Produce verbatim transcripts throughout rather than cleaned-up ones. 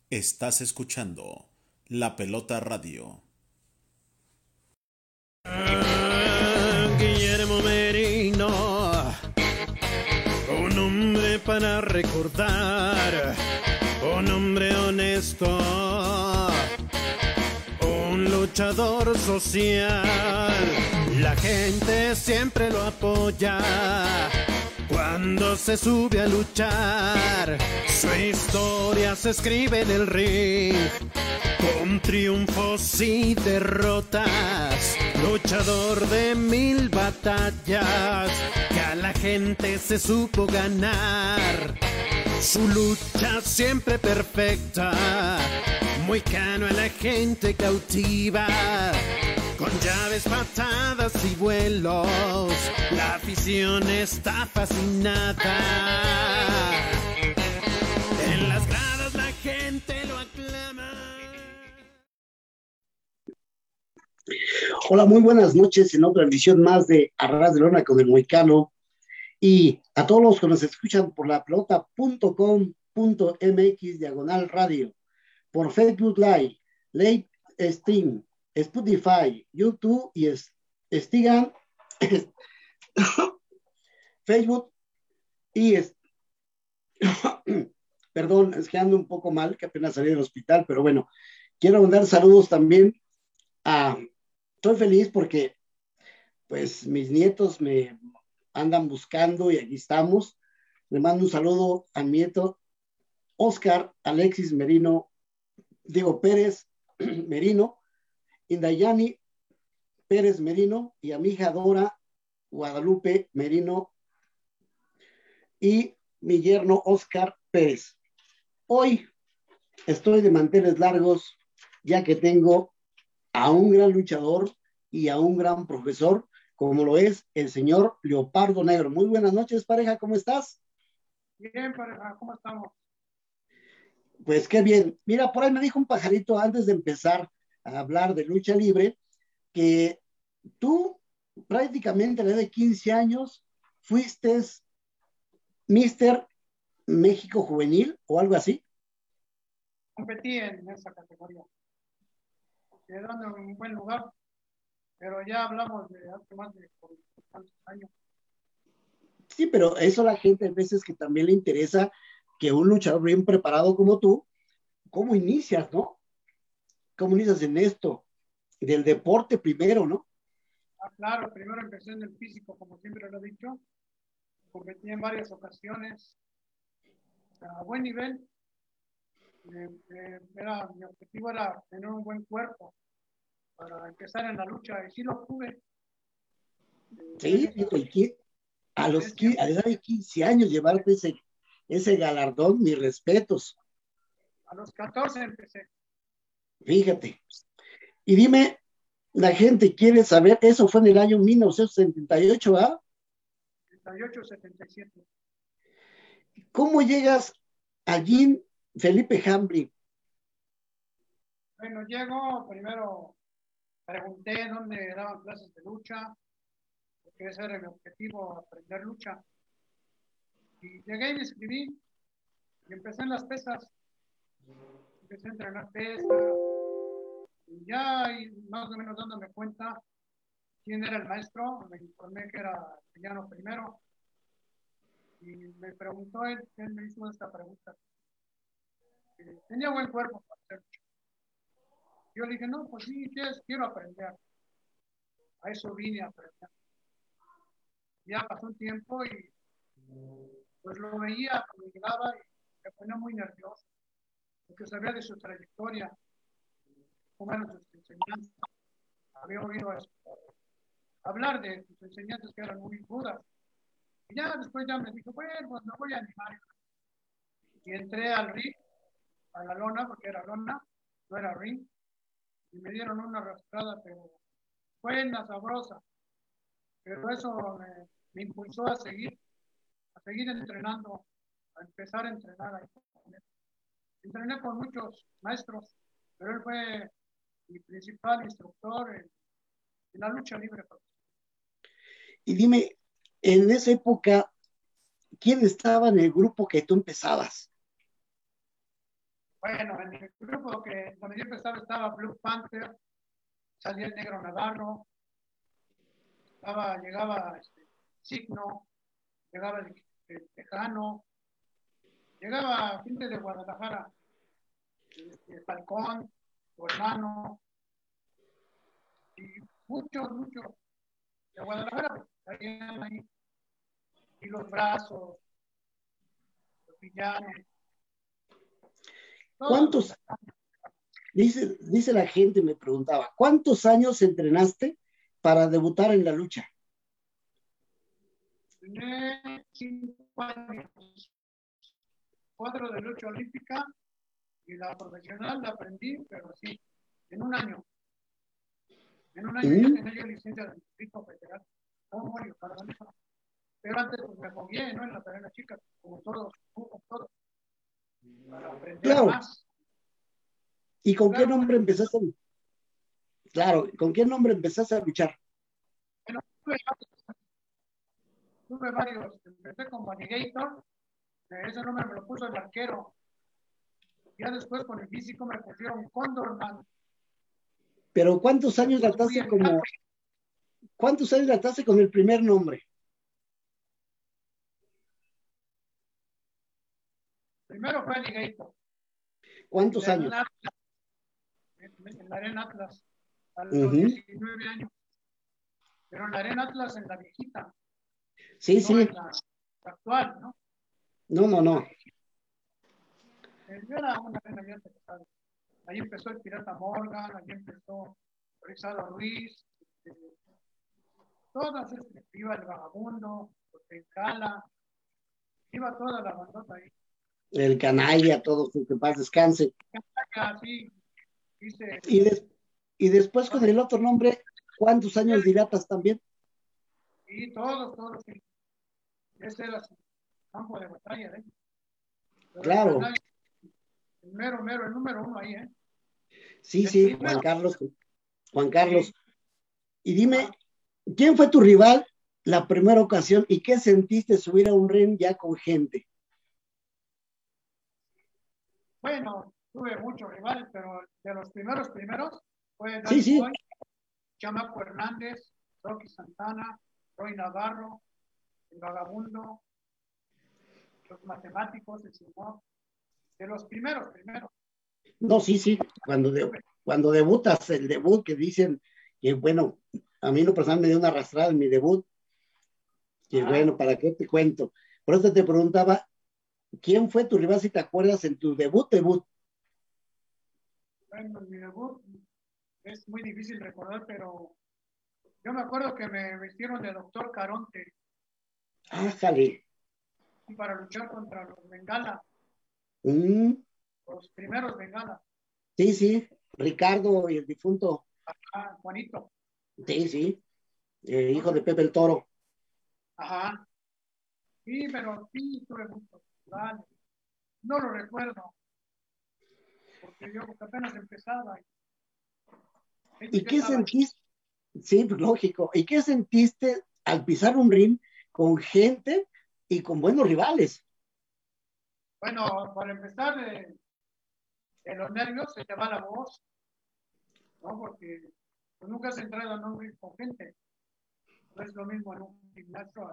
Estás escuchando La Pelota Radio. Ah, Guillermo Merino, un hombre para recordar, un hombre honesto, un luchador social. La gente siempre lo apoya cuando se sube a luchar. Su historia se escribe en el ring, con triunfos y derrotas. Luchador de mil batallas, que a la gente se supo ganar. Su lucha siempre perfecta, muy cano a la gente cautiva. Con llaves, patadas y vuelos, la afición está fascinada. En las gradas la gente lo aclama. Hola, muy buenas noches en otra edición más de Arras de Lona con el Moicano. Y a todos los que nos escuchan por la pelota punto com punto m x diagonal radio, por Facebook Live, Live Stream, Spotify, YouTube y Stigan, Facebook y es, perdón, es que ando un poco mal, que apenas salí del hospital, pero bueno, quiero mandar saludos también a, estoy feliz porque pues mis nietos me andan buscando y aquí estamos. Le mando un saludo a mi nieto Oscar Alexis Merino, Diego Pérez Merino, Indayani Pérez Merino y a mi hija Dora Guadalupe Merino y mi yerno Oscar Pérez. Hoy estoy de manteles largos ya que tengo a un gran luchador y a un gran profesor como lo es el señor Leopardo Negro. Muy buenas noches, pareja, ¿cómo estás? Bien, pareja, ¿cómo estamos? Pues qué bien. Mira, por ahí me dijo un pajarito antes de empezar a hablar de lucha libre que tú prácticamente a la edad de quince años fuiste míster México Juvenil o algo así. Competí en esa categoría, quedando en un buen lugar, pero ya hablamos de hace más de tantos años. Sí, pero eso a la gente a veces que también le interesa que un luchador bien preparado como tú, ¿cómo inicias, no? ¿Cómo inicias en esto? Del deporte primero, ¿no? Ah, claro, primero empecé en el físico, como siempre lo he dicho. Competí en varias ocasiones a buen nivel. Eh, eh, era, mi objetivo era tener un buen cuerpo para empezar en la lucha, y sí lo tuve. Eh, Sí, y a los a la edad de quince años llevarte ese, ese galardón, mis respetos. A los catorce empecé. Fíjate. Y dime, la gente quiere saber, eso fue en el año mil novecientos setenta y ocho, ¿ah? setenta y ocho, setenta y siete. ¿Cómo llegas allí, Felipe Hambry? Bueno, llego, primero pregunté dónde daban clases de lucha, porque ese era mi objetivo, aprender lucha. Y llegué y me inscribí y empecé en las pesas. Empecé a entrenar pesas. Y ya y más o menos dándome cuenta quién era el maestro, me informé que era Emiliano primero. Y me preguntó él, él me hizo esta pregunta. Eh, Tenía buen cuerpo para hacer lucha. Yo le dije, no, pues sí, quiero aprender. A eso vine a aprender. Ya pasó un tiempo y pues lo veía cuando llegaba y me ponía muy nervioso, porque sabía de su trayectoria, cómo eran sus enseñanzas. Había oído eso, hablar de sus enseñanzas que eran muy duras. Y ya después ya me dijo, bueno, pues me voy a animar. Y entré al ring, a la lona, porque era lona, no era ring, y me dieron una arrastrada, pero buena, sabrosa. Pero eso me, me impulsó a seguir, a seguir entrenando, a empezar a entrenar ahí. Entrené con muchos maestros, pero él fue mi principal instructor en, en la lucha libre. Y dime, en esa época, ¿quién estaba en el grupo que tú empezabas? Bueno, en el grupo que cuando yo empezaba estaba Blue Panther, salía el Negro Navarro, estaba, llegaba este, Signo, llegaba el, el Tejano, llegaba gente de Guadalajara, este, Falcón, su hermano, y muchos, muchos de Guadalajara, salían ahí, y los brazos, los villanos. ¿Cuántos, dice, dice la gente, me preguntaba, ¿cuántos años entrenaste para debutar en la lucha? Tenía cinco años, cuatro de lucha olímpica y la profesional la aprendí, pero sí, en un año. En un año ¿Mm? ya tenía yo licencia del Distrito Federal. ¿Cómo yo, perdón? Pero antes pues, me fogueé, ¿no? En la arena chica, como todos, como todos, para aprender Claro. más. ¿Y con qué Claro, nombre bueno, empezaste? Claro, ¿con qué nombre empezaste a luchar? bueno, tuve, tuve varios. Empecé como Alligator, ese nombre me lo puso el arquero. Ya después con el físico me pusieron Condorman. Pero ¿cuántos años Después fui trataste el como, cuántos años trataste con el primer nombre? Primero fue Alligator. ¿Cuántos años? En la Arena Atlas, a los Uh-huh. diecinueve años. Pero en la Arena Atlas, en la viejita. Sí, No sí. en la actual, ¿no? No, no, no. Era una arena bien pesada. Ahí empezó el Pirata Morgan, ahí empezó Rizado Ruiz, este, todas, este, iba el Vagabundo, el Cala, iba toda la bandota ahí. El canalla, todo, que paz descanse. Así, dice, Y, des, y después con el otro nombre, ¿cuántos años dilatas también? y todos, todos, sí. Ese era su campo de batalla, ¿eh? Pero Claro. el, canalla, el mero, mero, el número uno ahí, ¿eh? Sí, el sí, primero. Juan Carlos. Juan Carlos. Sí. Y dime, ¿quién fue tu rival la primera ocasión y qué sentiste subir a un ring ya con gente? Bueno, tuve muchos rivales, pero de los primeros primeros fue Sí, sí. Boy, Chamaco Hernández, Rocky Santana, Roy Navarro, el Vagabundo, los matemáticos, el señor, de los primeros primeros. No, sí, sí. Cuando, de, cuando debutas, el debut que dicen que, bueno, a mí no personal me dio una arrastrada en mi debut. Que Ah, bueno, ¿para qué te cuento? Por eso te preguntaba, ¿quién fue tu rival si te acuerdas en tu debut, debut? bueno, mi debut es muy difícil recordar, pero yo me acuerdo que me vistieron de doctor Caronte Ájale. para luchar contra los Bengala, Mm, los primeros Bengala. sí, sí. Ricardo y el difunto. Ah, Juanito. Sí, sí. Eh, hijo de Pepe el Toro. Ajá. Sí, pero sí tuve muchos rivales. No lo recuerdo, porque yo apenas empezaba. ¿Y qué sentiste? Sí, pues lógico. ¿Y qué sentiste al pisar un ring con gente y con buenos rivales? Bueno, para empezar, de, de los nervios se te va la voz, ¿no? Porque pues, nunca has entrado en un ring con gente. No es lo mismo en un gimnasio.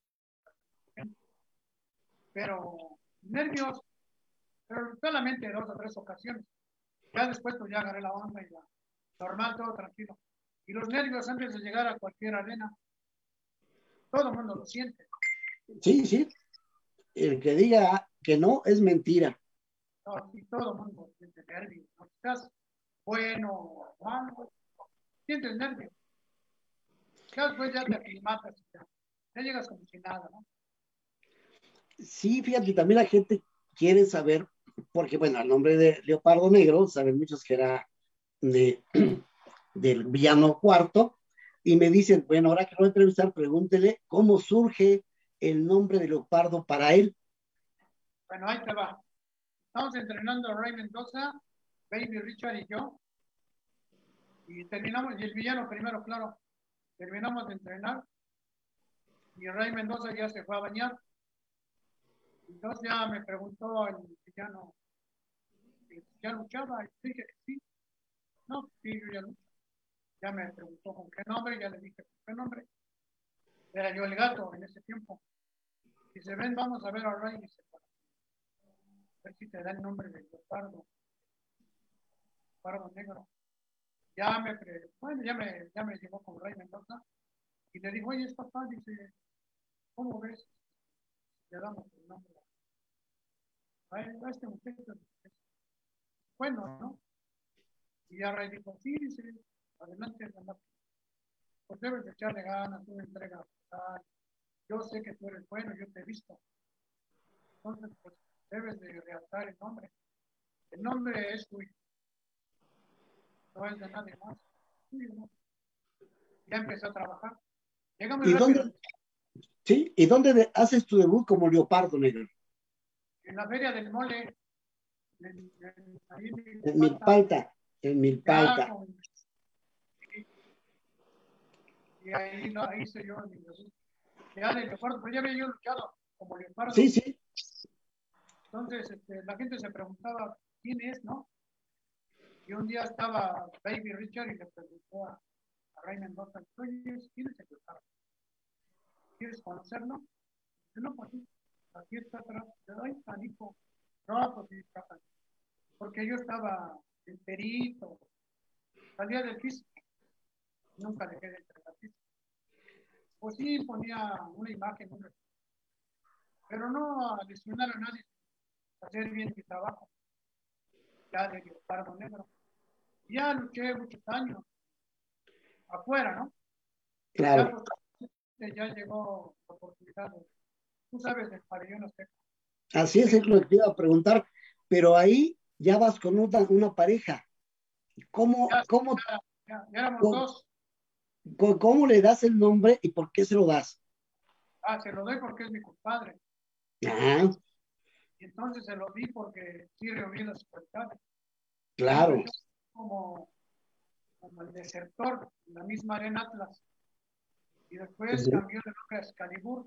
Pero nervios, pero solamente dos o tres ocasiones. Ya después pues ya agarré la onda y ya, normal, todo tranquilo. Y los nervios antes de llegar a cualquier arena, todo el mundo lo siente. Sí, sí. El que diga que no es mentira. No, y todo el mundo siente nervios. ¿No? Estás bueno o malo, sientes nervios. Ya después ya te aclimatas y ya, ya llegas como si nada, ¿no? Sí, fíjate, también la gente quiere saber, porque bueno, el nombre de Leopardo Negro, saben muchos que era de, del villano cuarto, y me dicen, bueno, ahora que lo voy a entrevistar, pregúntele cómo surge el nombre de Leopardo para él. Bueno, ahí te va. Estamos entrenando a Ray Mendoza, Baby Richard y yo, y terminamos, y el villano primero, claro, terminamos de entrenar, y Ray Mendoza ya se fue a bañar. Entonces ya me preguntó el villano, que ya luchaba, y dije que sí. No, sí, yo ya lucho. Ya me preguntó con qué nombre, ya le dije con qué nombre. Era yo el gato en ese tiempo. Dice, ven, vamos a ver a Ray. Dice, a ver si te da el nombre de leopardo, leopardo negro. Ya me, pre... bueno, ya me, ya me llevó con Ray Mendoza y le dijo, oye, es papá, dice, ¿cómo ves? Le damos el nombre a, a este muchacho. Bueno, ¿no? Y ya Ray dijo, sí, dice, adelante, adelante. Pues debes de echarle ganas, una entrega total. Yo sé que tú eres bueno, yo te he visto. Entonces, pues debes de realzar el nombre. El nombre es tuyo, no es de nadie más. Tuyo, ¿no? Ya empezó a trabajar. Llega muy ¿Y rápido. dónde, sí? ¿Y dónde de- haces tu debut como leopardo negro? En la feria del mole, en, en, ahí en En Pata, Milpalta, en ya Milpalta. con, y ahí lo hice yo en mi ya de leopardo, pues ya había yo luchado como Sí, leopardo. sí. Entonces este, la gente se preguntaba quién es, ¿no? Y un día estaba Baby Richard y le preguntó a, a Ray Mendoza, oye, ¿quién es el leopardo? ¿Quieres conocerlo? Yo no, pues sí, aquí está atrás. Ay, canijo. No, pues sí, está canijo. Porque yo estaba enterito, salía del físico, nunca dejé de entrenar físico. Pues sí, ponía una imagen, una, pero no a lesionar a nadie, hacer bien mi trabajo, ya de leopardo negro. Ya luché muchos años afuera, ¿no? Ya, Claro. pues, ya llegó la oportunidad, de, tú sabes, del pabellón azteca. Así es, es lo que te iba a preguntar. Pero ahí ya vas con una, una pareja. ¿Cómo, Ya, cómo, ya, ya, ya éramos cómo, dos. cómo le das el nombre y por qué se lo das? Ah, se lo doy porque es mi compadre. Ah, Y entonces se lo di porque sí reuní las cualidades. Él claro. empezó como, como el desertor en la misma arena Atlas. Y después Ujú. cambió de nombre a Excalibur.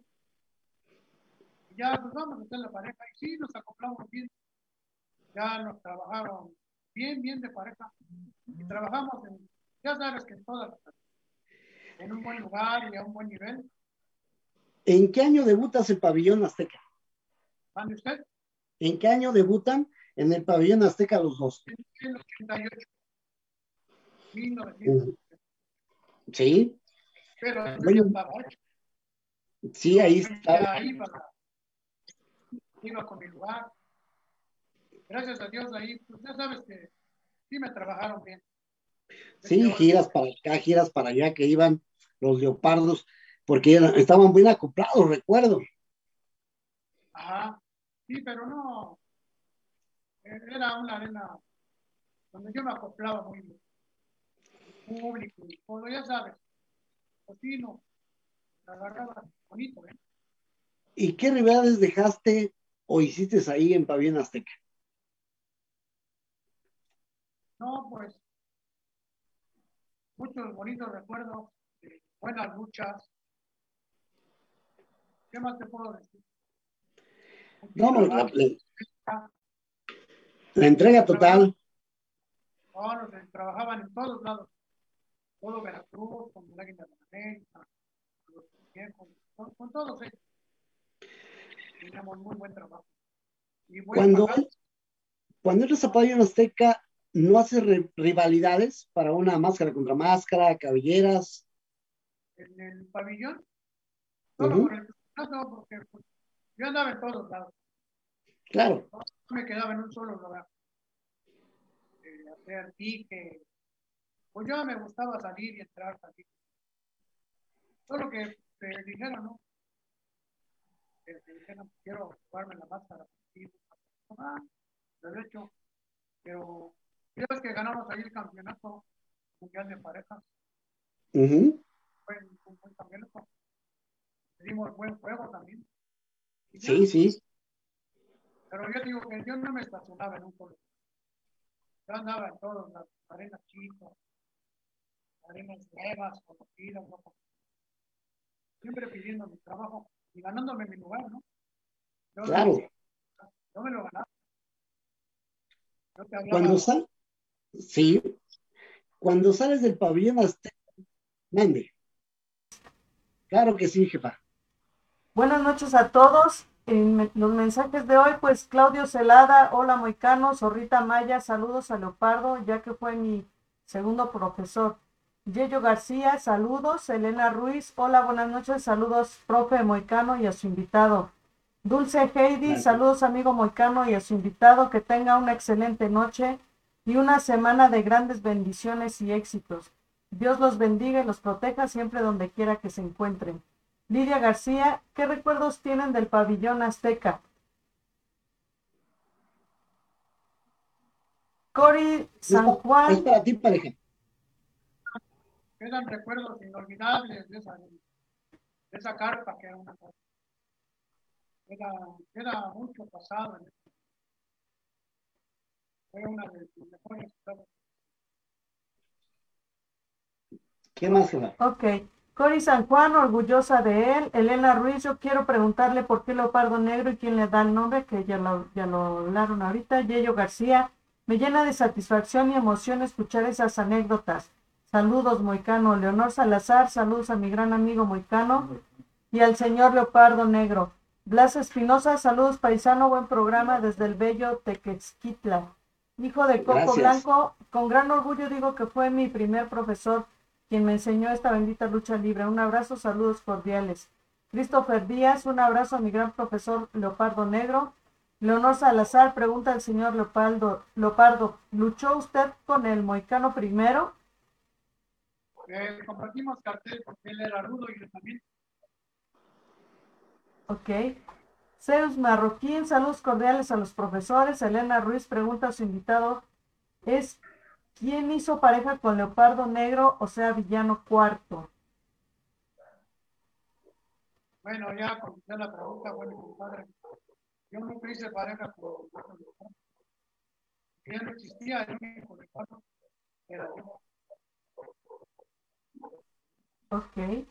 Y ya, pues vamos a hacer la pareja. Y sí, nos acoplamos bien. Ya nos trabajaron bien, bien de pareja. Y trabajamos en, ya sabes que en todas, en un buen lugar y a un buen nivel. ¿En qué año debutas el pabellón Azteca? ¿Mande usted? ¿En qué año debutan en el pabellón Azteca los dos? En el ochenta y ocho, mil novecientos. Ujú. Sí, Pero yo ya bueno, estaba hecho. sí, Yo ahí está. ya iba, iba con mi lugar. Gracias a Dios ahí, pues ya sabes que sí me trabajaron bien. Este Sí, orden. giras para acá, giras para allá, que iban los leopardos, porque eran- estaban bien acoplados, recuerdo. Ajá. Sí, pero no, era una arena donde yo me acoplaba muy bien. El público y todo, ya sabes, cocino, la agarraba bonito, ¿eh? ¿Y qué rivalidades dejaste o hiciste ahí en Pabellón Azteca? No, pues, muchos bonitos recuerdos, eh, buenas luchas. ¿Qué más te puedo decir? Mucho No, no, la, trabajo. la- Ah, la entrega trabajaban, total. no, no, trabajaban en todos lados, todo Veracruz, con el Águila de la América, con los viejos, con, con todos ellos. Teníamos muy buen trabajo y buen Cuando, pagado. cuando eres a Pabellón Azteca, ¿no haces ri- rivalidades para una máscara contra máscara, cabelleras? En el pabellón, solo por Ujú, el campeonato, porque pues, yo andaba en todos lados, claro, no me quedaba en un solo lugar, eh, hacer pique, pues yo me gustaba salir y entrar, salir. Solo que te dijeron, ¿no? Que te dijeron, quiero jugarme la máscara. Y, ah, lo he hecho, pero ya ves que ganamos ahí el campeonato mundial de parejas, ujú, fue un buen campeonato, dimos buen juego también, y ya, sí, sí, pero yo digo que yo no me estacionaba en un solo. Yo andaba en todas las arenas chicas, arenas nuevas, conocidas, ¿no? Siempre pidiendo mi trabajo y ganándome mi lugar, ¿no? Yo, claro. yo me lo ganaba. Yo te Cuando hablaba, sal, sí, cuando sales del pabellón azteca, mande. Claro que sí, jefa. Buenas noches a todos. En me- los mensajes de hoy, pues Claudio Celada, hola Moicano, Zorrita Maya, saludos a Leopardo, ya que fue mi segundo profesor. Yello García, saludos. Elena Ruiz, hola, buenas noches, saludos, profe Moicano y a su invitado. Dulce Heidi, Gracias. saludos amigo Moicano y a su invitado, que tenga una excelente noche y una semana de grandes bendiciones y éxitos. Dios los bendiga y los proteja siempre donde quiera que se encuentren. Lidia García, ¿qué recuerdos tienen del pabellón azteca? Cori Es, San pa- es Juan, para ti, pareja. quedan recuerdos inolvidables de esa, de esa carpa que era una carpa. Era, era mucho pasado. Fue una de sus mejores etapas. ¿Qué más, jefa? ok. Cori San Juan, orgullosa de él. Elena Ruiz, yo quiero preguntarle por qué Leopardo Negro y quién le da el nombre, que ya lo, ya lo hablaron ahorita. Yello García, me llena de satisfacción y emoción escuchar esas anécdotas. Saludos, Moicano. Leonor Salazar, saludos a mi gran amigo Moicano y al señor Leopardo Negro. Blas Espinosa, saludos paisano, buen programa desde el bello Tequesquitla. Hijo de Coco Gracias. Blanco, con gran orgullo digo que fue mi primer profesor quien me enseñó esta bendita lucha libre. Un abrazo, saludos cordiales. Christopher Díaz, un abrazo a mi gran profesor Leopardo Negro. Leonor Salazar, pregunta al señor Leopardo, Leopardo, ¿luchó usted con el Moicano primero? Eh, compartimos cartel porque él era rudo y yo también. Ok. Zeus Marroquín, saludos cordiales a los profesores. Elena Ruiz pregunta a su invitado, ¿es quién hizo pareja con Leopardo Negro, o sea, villano cuarto? Bueno, ya contesté la pregunta, bueno, compadre. Yo nunca hice pareja con ya no existía, el único Leopardo era yo. Ok.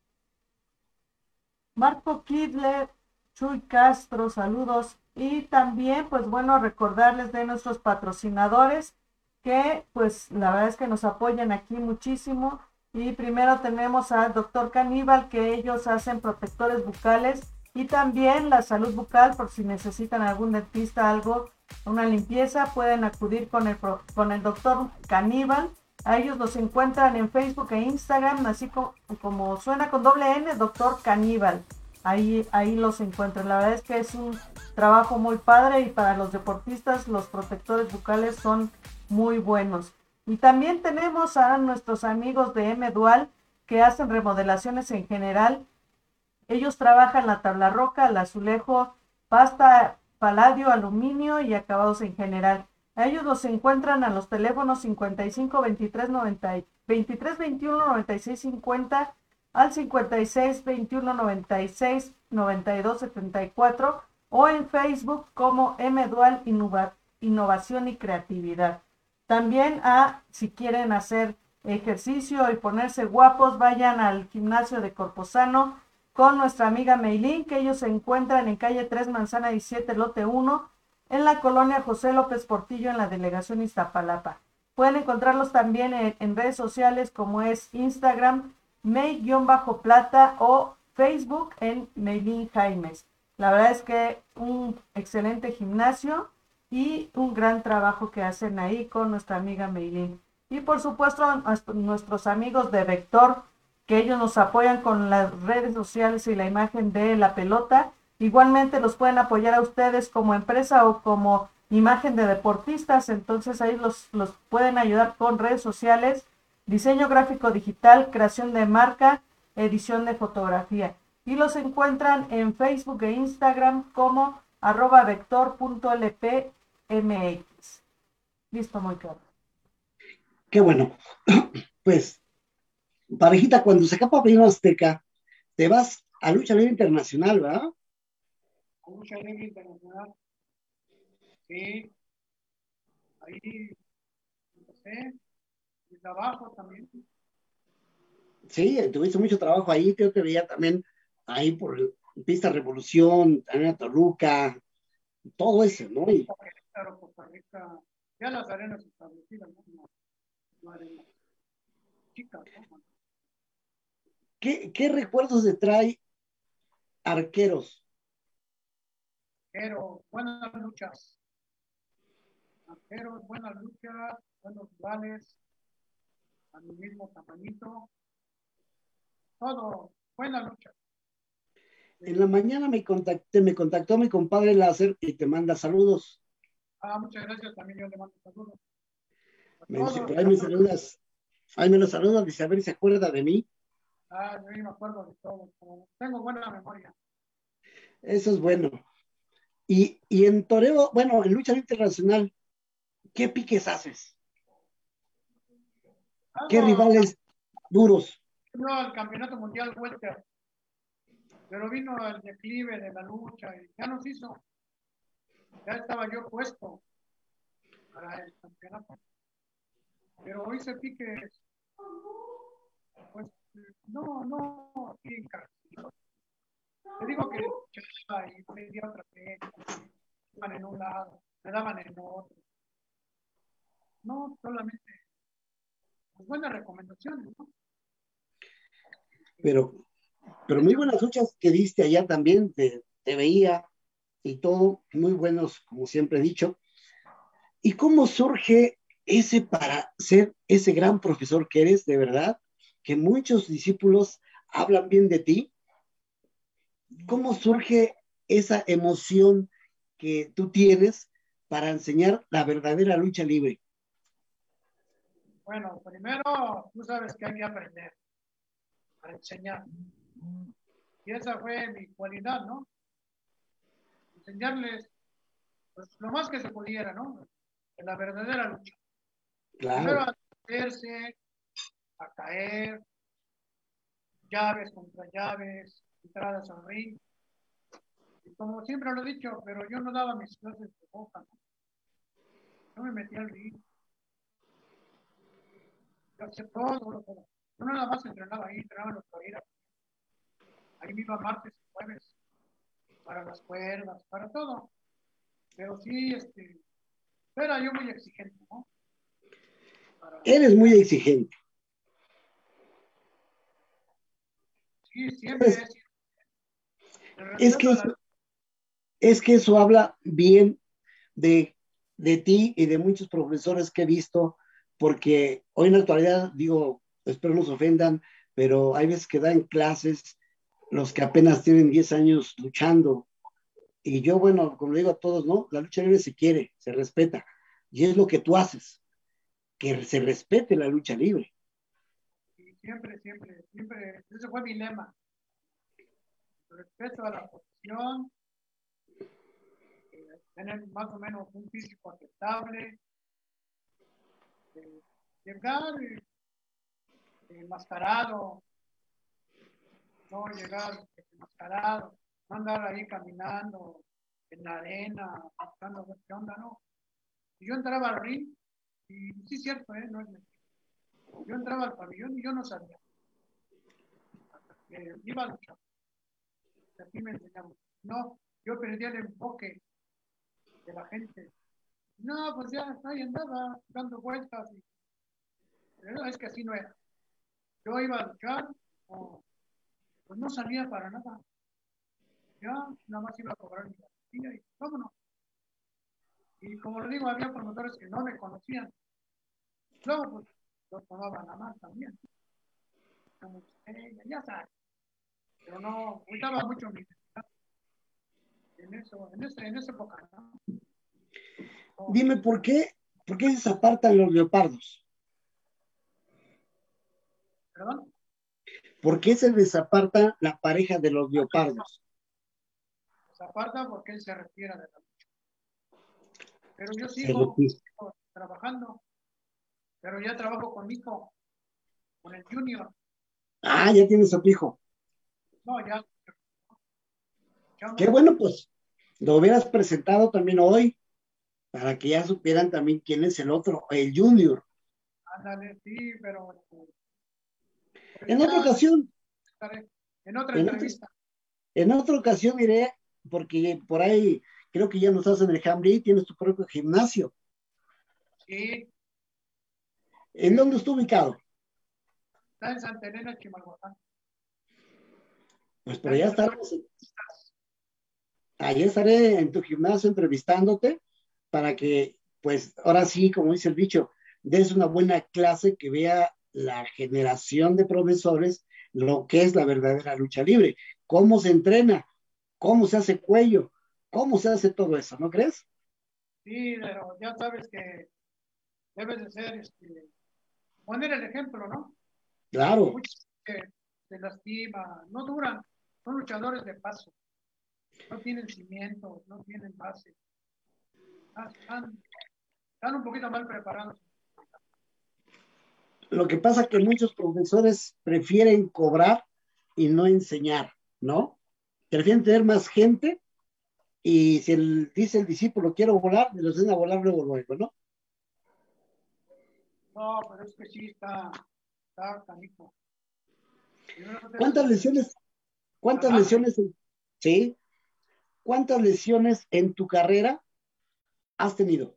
Marco Kidler, Chuy Castro, saludos. Y también, pues bueno, recordarles de nuestros patrocinadores que, pues la verdad es que nos apoyan aquí muchísimo. Y primero tenemos al doctor Caníbal, que ellos hacen protectores bucales y también la salud bucal, por si necesitan algún dentista, algo, una limpieza, pueden acudir con el, con el doctor Caníbal. A ellos los encuentran en Facebook e Instagram, así como, como suena con doble N, doctor Caníbal. Ahí, ahí los encuentran. La verdad es que es un trabajo muy padre y para los deportistas los protectores bucales son muy buenos. Y también tenemos a nuestros amigos de M Dual que hacen remodelaciones en general. Ellos trabajan la tabla roca, el azulejo, pasta, paladio, aluminio y acabados en general. A ellos los encuentran a los teléfonos cincuenta y cinco veintitrés noventa, veintitrés veintiuno noventa y seis cincuenta al cincuenta y seis veintiuno noventa y seis noventa y dos setenta y cuatro o en Facebook como M Dual Innova, Innovación y Creatividad. También a, si quieren hacer ejercicio y ponerse guapos, vayan al gimnasio de Corposano con nuestra amiga Meilín, que ellos se encuentran en calle tres Manzana diecisiete, lote uno, en la colonia José López Portillo, en la delegación Iztapalapa. Pueden encontrarlos también en, en redes sociales como es Instagram, Mei-Plata o Facebook en Meilín Jaimes. La verdad es que un excelente gimnasio y un gran trabajo que hacen ahí con nuestra amiga Meilín. Y por supuesto nuestros amigos de Vector, que ellos nos apoyan con las redes sociales y la imagen de la pelota. Igualmente los pueden apoyar a ustedes como empresa o como imagen de deportistas, entonces ahí los, los pueden ayudar con redes sociales, diseño gráfico digital, creación de marca, edición de fotografía. Y los encuentran en Facebook e Instagram como arroba vector.lpmx. Listo, muy claro. Qué bueno. Pues, parejita, cuando se acaba Pabellón Azteca, te vas a lucha libre internacional, ¿verdad? A lucha libre internacional. Sí, ahí empecé, desde abajo también. Sí, tuviste mucho trabajo ahí, creo que veía también ahí por Pista Revolución, también a Toluca, todo eso, ¿no? Y, Claro, Costa Rica, ya las arenas establecidas, ¿no? No, no arenas chicas, ¿no? ¿Qué, qué recuerdos te trae Arqueros? Pero buenas luchas, arqueros, buenas luchas, buenos rivales, a mi mismo tamañito, todo, buena lucha. En la mañana me contacté, me contactó mi compadre Láser y te manda saludos. Ah, muchas gracias, también yo le mando saludos. A Me dice, todos, por ahí me saludas, ahí me lo saludas, dice, a ver si se acuerda de mí. ah, yo me acuerdo de todo, tengo buena memoria. Eso es bueno. Y, y en toreo, bueno, en lucha internacional, ¿qué piques haces? ¿Qué Algo, rivales duros? no al campeonato mundial welter, pero vino el declive de la lucha y ya nos hizo, ya estaba yo puesto para el campeonato, pero hoy se piques, pues no, no, aquí en Carrillo. Te digo que luchaba y pedía otra fecha, me daban en un lado, me daban en otro, no solamente, pues buenas recomendaciones, ¿no? Pero, pero muy Hecho, buenas luchas que diste allá también, te, te veía y todo, muy buenos, como siempre he dicho. ¿Y cómo surge ese para ser ese gran profesor que eres, de verdad? Que muchos discípulos hablan bien de ti. ¿Cómo surge esa emoción que tú tienes para enseñar la verdadera lucha libre? bueno, primero tú sabes que hay que aprender para enseñar. Y esa fue mi cualidad, ¿no? Enseñarles pues, lo más que se pudiera, ¿no? En la verdadera lucha. Primero Claro, a hacerse, a caer, llaves contra llaves, entradas al ring. Y como siempre lo he dicho, pero yo no daba mis clases de boca, ¿no? Yo me metía al ring. Yo hacía todo, todo, todo. Yo nada más entrenaba ahí, entrenaba en los caídas. Ahí me iba martes y jueves para las cuerdas, para todo. Pero sí, este, era yo muy exigente, ¿no? Para, eres muy exigente. sí, siempre Eres- es el es respeto que a eso, la... es que eso habla bien de, de ti y de muchos profesores que he visto, porque hoy en la actualidad, digo, espero no se ofendan, pero hay veces que dan clases los que apenas tienen diez años luchando. Y yo, bueno, como le digo a todos, ¿no? La lucha libre se quiere, se respeta. Y es lo que tú haces, que se respete la lucha libre. Y siempre, siempre, siempre, ese fue mi lema. Respeto a la posición, eh, tener más o menos un físico aceptable, eh, llegar eh, enmascarado, no llegar enmascarado, no andar ahí caminando en la arena, buscando a ver qué onda, no. Y yo entraba al ring, y sí es cierto, ¿eh? No es mentira. Yo entraba al pabellón y yo no sabía. Eh, iba a luchar. Aquí me enseñamos. No, yo perdía el enfoque de la gente. No, pues ya ahí andaba dando vueltas. Y, pero es que así no era. Yo iba a luchar, o, pues no salía para nada. Ya nada más iba a cobrar mi garantía y vámonos. Y como le digo, había promotores que no me conocían. Luego, pues, lo tomaban a mal también. Como, eh, ya sabes. Pero no, cuidaba mucho mi identidad en eso, en, ese, en esa época, ¿no? No, Dime, ¿por qué, por qué se apartan los leopardos? ¿perdón? ¿Por qué se desaparta la pareja de los leopardos? Se aparta porque él se retira de la lucha. Pero yo Se sigo, retira. sigo trabajando, pero ya trabajo con Nico, con el Junior. Ah, ya tienes a tu hijo. No, ya, Qué chamo, bueno, pues lo hubieras presentado también hoy para que ya supieran también quién es el otro, el Junior. ándale, sí, pero pues En otra ya ocasión, estaré en otra en otra, entrevista. en otra ocasión iré, porque por ahí creo que ya no estás en el Hambre y tienes tu propio gimnasio. Sí, ¿En dónde está ubicado? está en Santa Elena, Chimalhuacán. Pues por allá estaremos, allá estaré en tu gimnasio entrevistándote para que, pues ahora sí, como dice el dicho, des una buena clase que vea la generación de profesores lo que es la verdadera lucha libre, cómo se entrena, cómo se hace cuello, cómo se hace todo eso, ¿no crees? Sí, pero ya sabes que debes de ser, este, poner el ejemplo, ¿no? Claro, Muchos que se lastiman, no duran, son luchadores de paso, no tienen cimiento, no tienen base, están, están un poquito mal preparados. lo que pasa es que muchos profesores prefieren cobrar y no enseñar, ¿no? Prefieren tener más gente y si el, dice el discípulo, quiero volar, me los den a volar luego, luego, ¿no? No, pero es que sí está, está canijo. Primero debes ¿Cuántas de lesiones, cuántas ganarte. lesiones, en- sí? ¿Cuántas lesiones en tu carrera has tenido?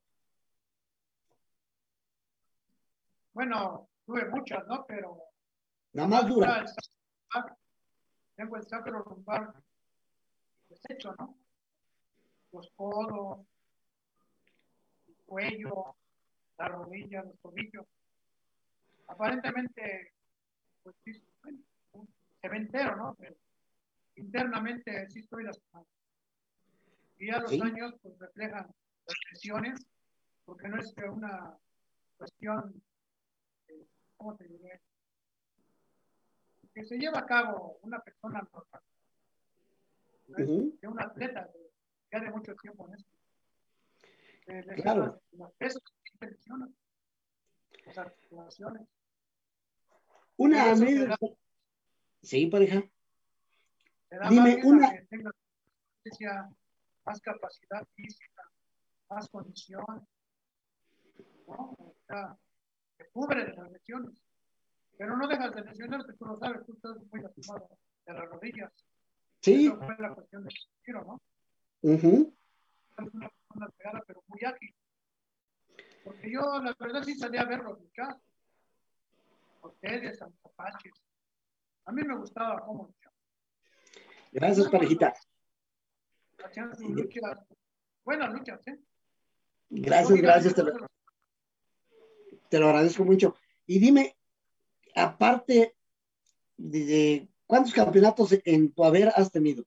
Bueno, tuve muchas, ¿no? Pero La la más más dura. dura es ah, tengo el sacro lumbar deshecho, ¿no? Los codos, el cuello, la rodilla, los tobillos. Aparentemente, pues sí, bueno, se ve entero, ¿no? Pero internamente sí estoy lastimado. Y ya los Sí. años pues reflejan las lesiones, porque no es que una cuestión, eh, ¿cómo te diré? Que se lleva a cabo una persona normal, no es Ujú, de un atleta de, ya de mucho tiempo en esto. De lesionas, claro. las pesos, te lesionan, las articulaciones, Una pero eso te da, anécdota. Sí, pareja. te da Dime margen a una. que tengas más capacidad física, más condición, ¿no? O sea, te cubre de las lesiones, pero no dejas de lesionarte, tú lo sabes, tú estás muy lastimado de las rodillas. Eso Sí. fue la cuestión del tiro, ¿no? Ujú. Es una persona pegada, pero muy ágil. Porque yo, la verdad, sí salía a verlos luchar. Ustedes, a los apaches. A mí me gustaba cómo luchaban. Gracias, No, cuando parejita. hacían sus luchas, buenas luchas, ¿eh? Gracias, gracias. Lógicamente, Te no lo, se los. te lo agradezco mucho. Y dime, aparte de, de- ¿cuántos campeonatos en tu haber has tenido?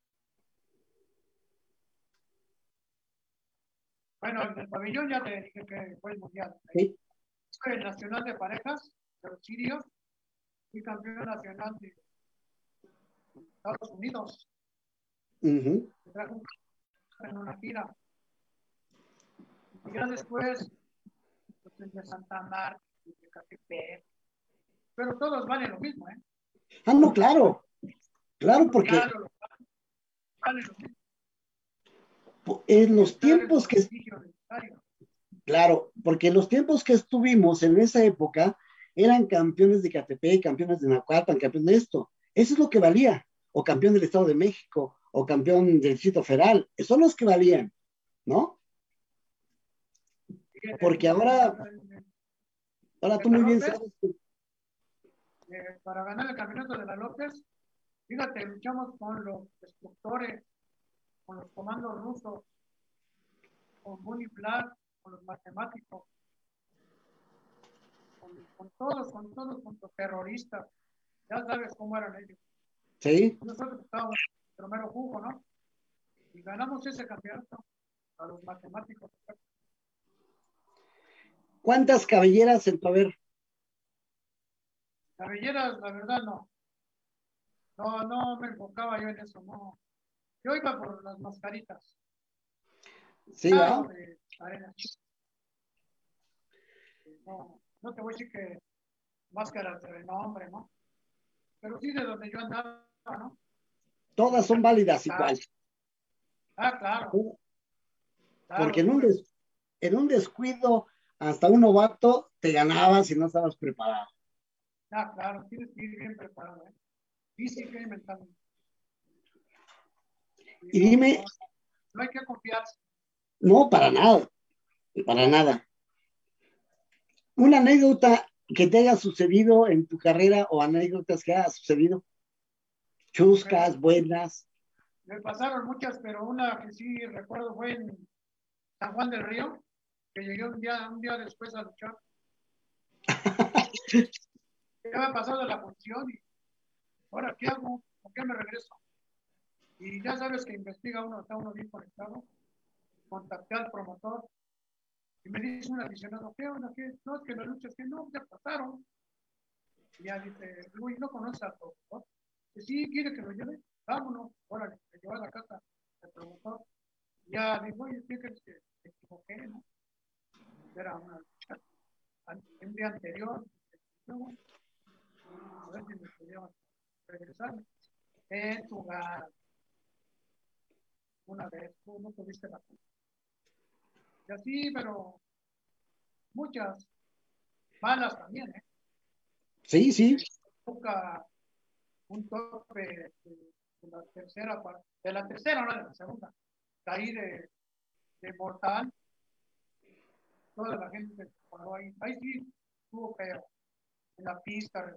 Bueno, en el pabellón ya te dije que fue el mundial. Sí. Fue el nacional de parejas de los sirios y campeón nacional de Estados Unidos. Ujú. Me trajo en una gira. Y ya después, pues, el de Santa Marta, el de Catepec. Pero todos valen lo mismo, ¿eh? Ah, no, claro. El Claro, porque mundial o lo valen lo mismo. en Y es los dar el tiempos que, prestigio necesario. claro, porque en los tiempos que estuvimos en esa época eran campeones de Catepec, campeones de Naucalpan, campeones de esto. Eso es lo que valía. O campeón del Estado de México, o campeón del Distrito Federal. Esos son los que valían, ¿no? Y en Porque el, en ahora, el, en el ahora de tú la muy bien López, sabes que eh, para ganar el campeonato de la López, fíjate, luchamos con los destructores, con los comandos rusos, con Bunny Black, con los matemáticos, con, con todos, con todos, con los terroristas. Ya sabes cómo eran ellos. sí. Nosotros estábamos en nuestro mero jugo, ¿no? Y ganamos ese campeonato a los matemáticos. ¿Cuántas cabelleras en tu haber? Cabelleras, la verdad, no. No, no me enfocaba yo en eso, no. Yo iba por las mascaritas. Sí, Algo ¿verdad? de arena. No, no te voy a decir que máscaras de renombre, ¿no? Pero sí de donde yo andaba, ¿no? Todas son válidas Ah, igual. ah, claro, Porque claro, en un, tuve. des- en un descuido, hasta un novato te ganaba si no estabas preparado. Ah, claro, tienes que ir bien preparado, ¿eh? Física y mentalmente. Y Y no, dime, no, no hay que confiarse. no, para nada, para nada. Una anécdota que te haya sucedido en tu carrera o anécdotas que haya sucedido, chuscas, buenas. Me pasaron muchas, pero una que sí recuerdo fue en San Juan del Río, que llegué un día, un día después a luchar. Ya me pasó de la función y ahora, ¿qué hago? ¿Por qué me regreso? Y ya sabes que investiga uno, está uno bien conectado. Contacté al promotor y me dice un aficionado, ¿qué onda? ¿Qué? No, es que la lucha es que no, ya pasaron. Y ya dice, uy, ¿no conoces al promotor? Que sí, ¿quiere que lo lleve? Vámonos. Órale, me llevó a la casa del promotor. Y ya dijo, oye, fíjate que me equivoqué, ¿no? Era una lucha un día anterior. Luego, a ver si me podía regresar. En tu hogar. Una vez, tú no tuviste la culpa. Y así, pero muchas malas también, ¿eh? Sí, sí. Nunca un tope de, de la tercera parte, de la tercera, no de la segunda. Caí de, de mortal. Toda la gente se paró ahí. Ahí sí estuvo feo. En la pista,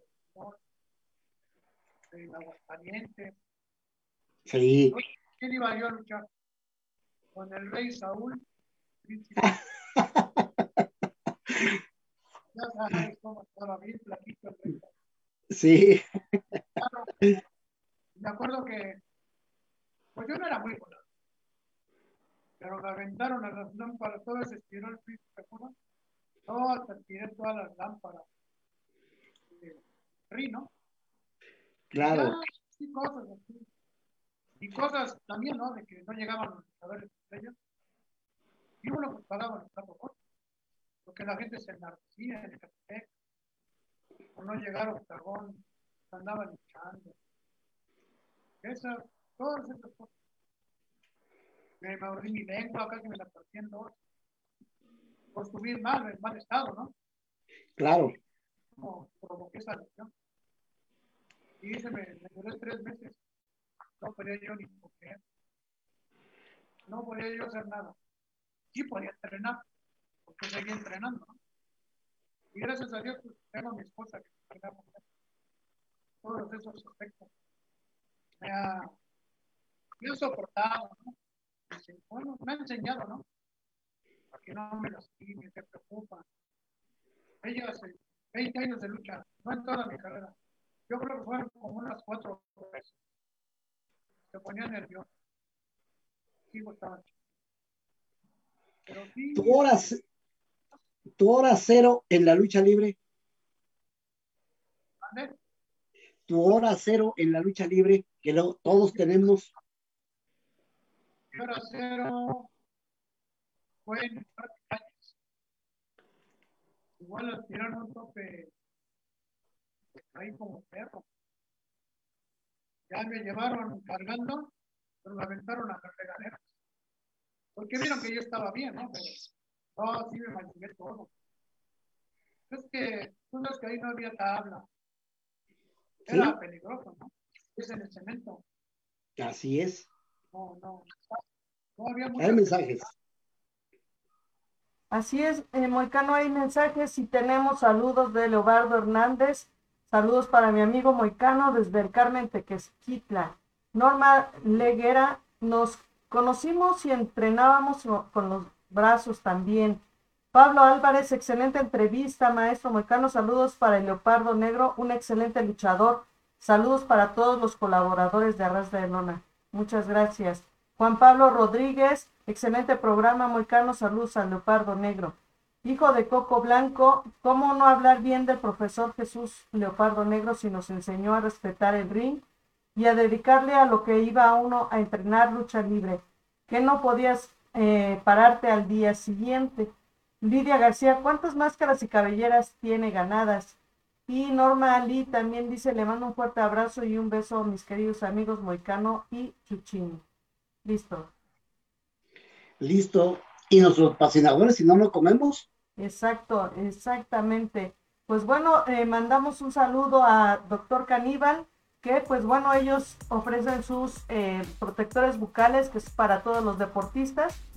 en Aguascalientes. Sí. ¿Quién iba yo a luchar? Con el rey Saúl. Príncipe. Ya sabes cómo estaba bien flaquito el rey. Sí. Claro, me acuerdo que, pues yo no era muy bueno, pero me aventaron a las lámparas, todo se estiró el príncipe, ¿no? No, hasta tiré todas las lámparas de Rino. Claro. Ya, y cosas así. Y cosas también, ¿no? De que no llegaban a ver estrellas. Y uno pues pagaba los carros, porque la gente se enardecía en el café. Por no llegar a Octagón, andaban luchando. Esas, todas esas cosas. Me mordí mi lengua, casi me la partí en dos. Por subir mal, en mal estado, ¿no? Claro. Como provoqué esa lesión. Y ese me, me duré tres meses. No podía yo ni comer. No podía yo hacer nada. Sí podía entrenar, porque seguía entrenando, ¿no? Y gracias a Dios, pues, tengo a mi esposa que me carga todos esos aspectos. Me ha, me ha soportado, ¿no? Bueno, me ha enseñado, ¿no? A que no me lastime, se preocupa. Ella hace veinte años de lucha, no en toda mi carrera. Yo creo que fueron como unas cuatro veces. Se ponía nervioso. Sí, estaba chido. Pero sí. Tu hora, tu hora cero en la lucha libre. ¿Vale? Tu hora cero en la lucha libre, que lo, todos tenemos. Mi hora cero fue en prácticas. Igual al tirar un tope ahí como perro. Ya me llevaron cargando, pero me aventaron a las regaderas. Porque vieron que yo estaba bien, ¿no? Pero no, sí me mantuve todo. Es que tú ves que ahí no había tabla. Era ¿sí? Peligroso, ¿no? Es en el cemento. Así es. No, no. No había mucha hay mensajes. Así es, eh, Moicano, hay mensajes y tenemos saludos de Leobardo Hernández. Saludos para mi amigo Moicano desde el Carmen Tequesquitla. Norma Leguera, nos conocimos y entrenábamos con los brazos también. Pablo Álvarez, excelente entrevista, maestro Moicano. Saludos para el Leopardo Negro, un excelente luchador. Saludos para todos los colaboradores de Arrastra de Lona. Muchas gracias. Juan Pablo Rodríguez, excelente programa, Moicano. Saludos al Leopardo Negro. Hijo de Coco Blanco, ¿cómo no hablar bien del profesor Jesús Leopardo Negro si nos enseñó a respetar el ring y a dedicarle a lo que iba a uno a entrenar lucha libre? Que no podías eh, pararte al día siguiente. Lidia García, ¿cuántas máscaras y cabelleras tiene ganadas? Y Norma Ali también dice, le mando un fuerte abrazo y un beso a mis queridos amigos Moicano y Chuchín. Listo. Listo. ¿Y nuestros patrocinadores, si no, no comemos? Exacto, exactamente. Pues bueno, eh, mandamos un saludo a Doctor Caníbal, que pues bueno, ellos ofrecen sus eh, protectores bucales, que es para todos los deportistas.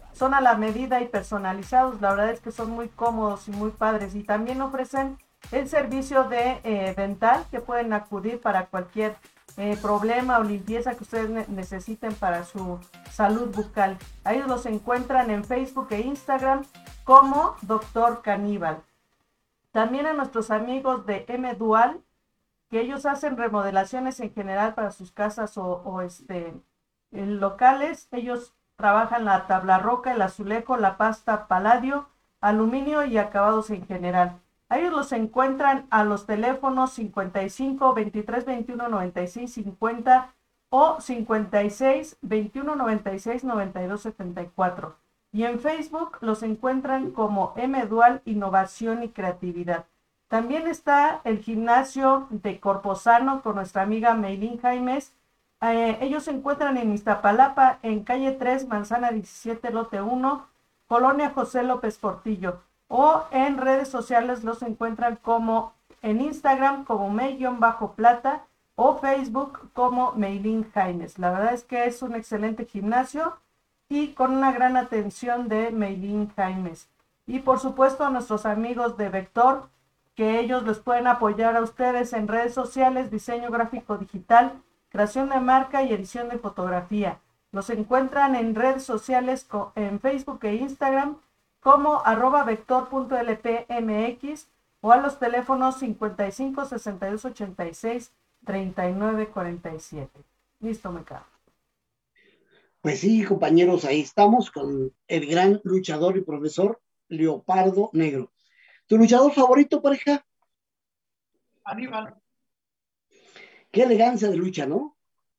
son a la medida y personalizados, la verdad es que son muy cómodos y muy padres, y también ofrecen el servicio de eh, dental, que pueden acudir para cualquier eh, problema o limpieza que ustedes ne necesiten para su salud bucal. Ahí los encuentran en Facebook e Instagram como Doctor Caníbal. También a nuestros amigos de M Dual, que ellos hacen remodelaciones en general para sus casas o, o este, en locales. Ellos trabajan la tabla roca, el azulejo, la pasta paladio, aluminio y acabados en general. A ellos los encuentran a los teléfonos cincuenta y cinco, veintitrés, veintiuno, noventa y seis, cincuenta o cincuenta y seis, veintiuno, noventa y seis, noventa y dos, setenta y cuatro. Y en Facebook los encuentran como M Dual Innovación y Creatividad. También está el gimnasio de Corposano con nuestra amiga Meilín Jaimes. Eh, ellos se encuentran en Iztapalapa, en calle tres, manzana diecisiete, lote uno, Colonia José López Portillo. O en redes sociales los encuentran como en Instagram como Mei-Plata o Facebook como Meilín Jaimes. La verdad es que es un excelente gimnasio y con una gran atención de Meilín Jaimes. Y por supuesto a nuestros amigos de Vector, que ellos les pueden apoyar a ustedes en redes sociales, diseño gráfico digital, creación de marca y edición de fotografía. Los encuentran en redes sociales en Facebook e Instagram como arroba vector.lpmx o a los teléfonos cincuenta y cinco, sesenta y dos, ochenta y seis, treinta y nueve, cuarenta y siete. Listo, me cago. Pues sí, compañeros, ahí estamos con el gran luchador y profesor Leopardo Negro. ¿Tu luchador favorito, pareja? Aníbal. Qué elegancia de lucha, ¿no?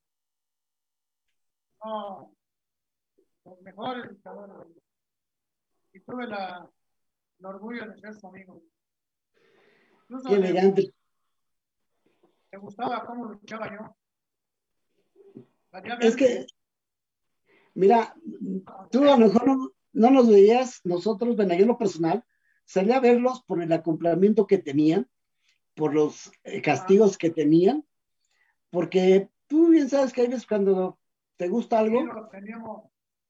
No, los mejores luchadores. Y tuve la, el orgullo de ser su amigo. Incluso Qué elegante. Le, le gustaba cómo luchaba yo. Es que, mira, tú a lo mejor no, no nos veías, nosotros, bueno, yo en lo personal, salí a verlos por el acoplamiento que tenían, por los eh, castigos que tenían, porque tú bien sabes que hay veces cuando te gusta algo. Sí, lo teníamos.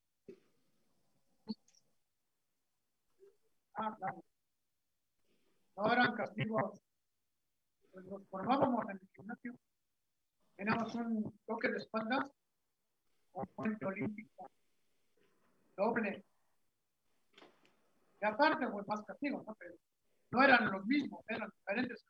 Ah, claro. No eran castigos. Pues los formábamos en el gimnasio. Teníamos un toque de espaldas con puente olímpico doble. Y aparte, pues más castigos, ¿no? Pero no eran los mismos, eran diferentes.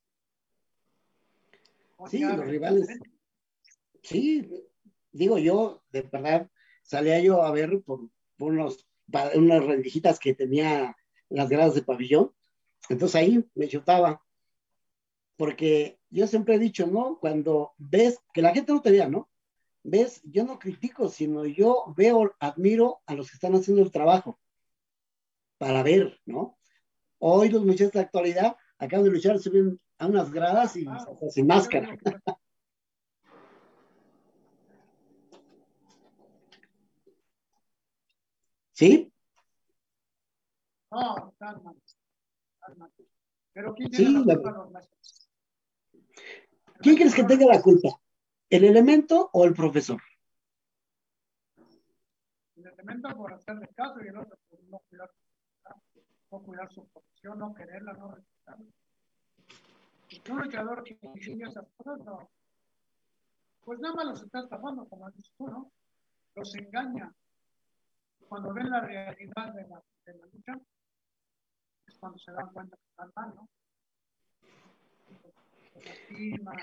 Sí, los rivales. Diferentes. Sí, digo yo, de verdad, salía yo a ver por, por unos, unas rendijitas que tenía las gradas de pabellón. Entonces ahí me chutaba. Porque yo siempre he dicho, ¿no? Cuando ves, que la gente no te vea, ¿no? Ves, yo no critico, sino yo veo, admiro a los que están haciendo el trabajo para ver, ¿no? Hoy los muchachos de la actualidad acaban de luchar, suben a unas gradas y ah, sin máscara. ¿Sí? No, calma, calma. Pero ¿quién sí, tiene la culpa? La... Los maestros. ¿Quién crees que tenga la culpa? ¿El elemento o el profesor? El elemento por hacerle caso y el otro por no cuidar, no cuidar su profesión, no quererla, no respetarla. Si un luchador que sigue esas cosas, no, pues nada más los está estafando, como dices tú, ¿no? Los engaña. Cuando ven la realidad de la, de la lucha, es cuando se dan cuenta que están mal, ¿no? Se lastiman.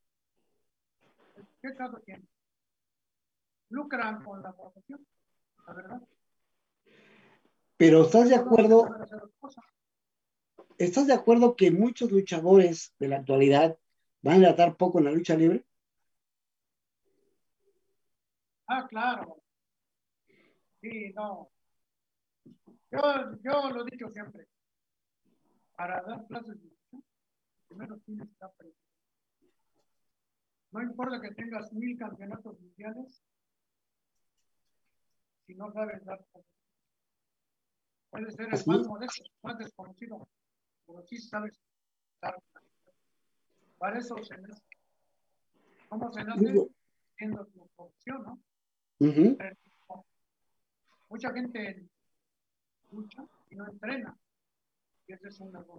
¿Qué caso tiene? Lucran con la profesión, la verdad. Pero ¿estás de acuerdo? ¿Estás de acuerdo que muchos luchadores de la actualidad van a tratar poco en la lucha libre? Ah, claro. Sí, no. Yo, yo lo he dicho siempre. Para dar clases de lucha, primero tienes que aprender. No importa que tengas mil campeonatos mundiales, si no sabes dar clases. Puede ser el más modesto, más desconocido, pero sí sabes dar clases. Para eso se nace. ¿Cómo se nace? Siendo tu profesión, ¿no? Uh-huh. Mucha gente y no entrena. Y ese es un error.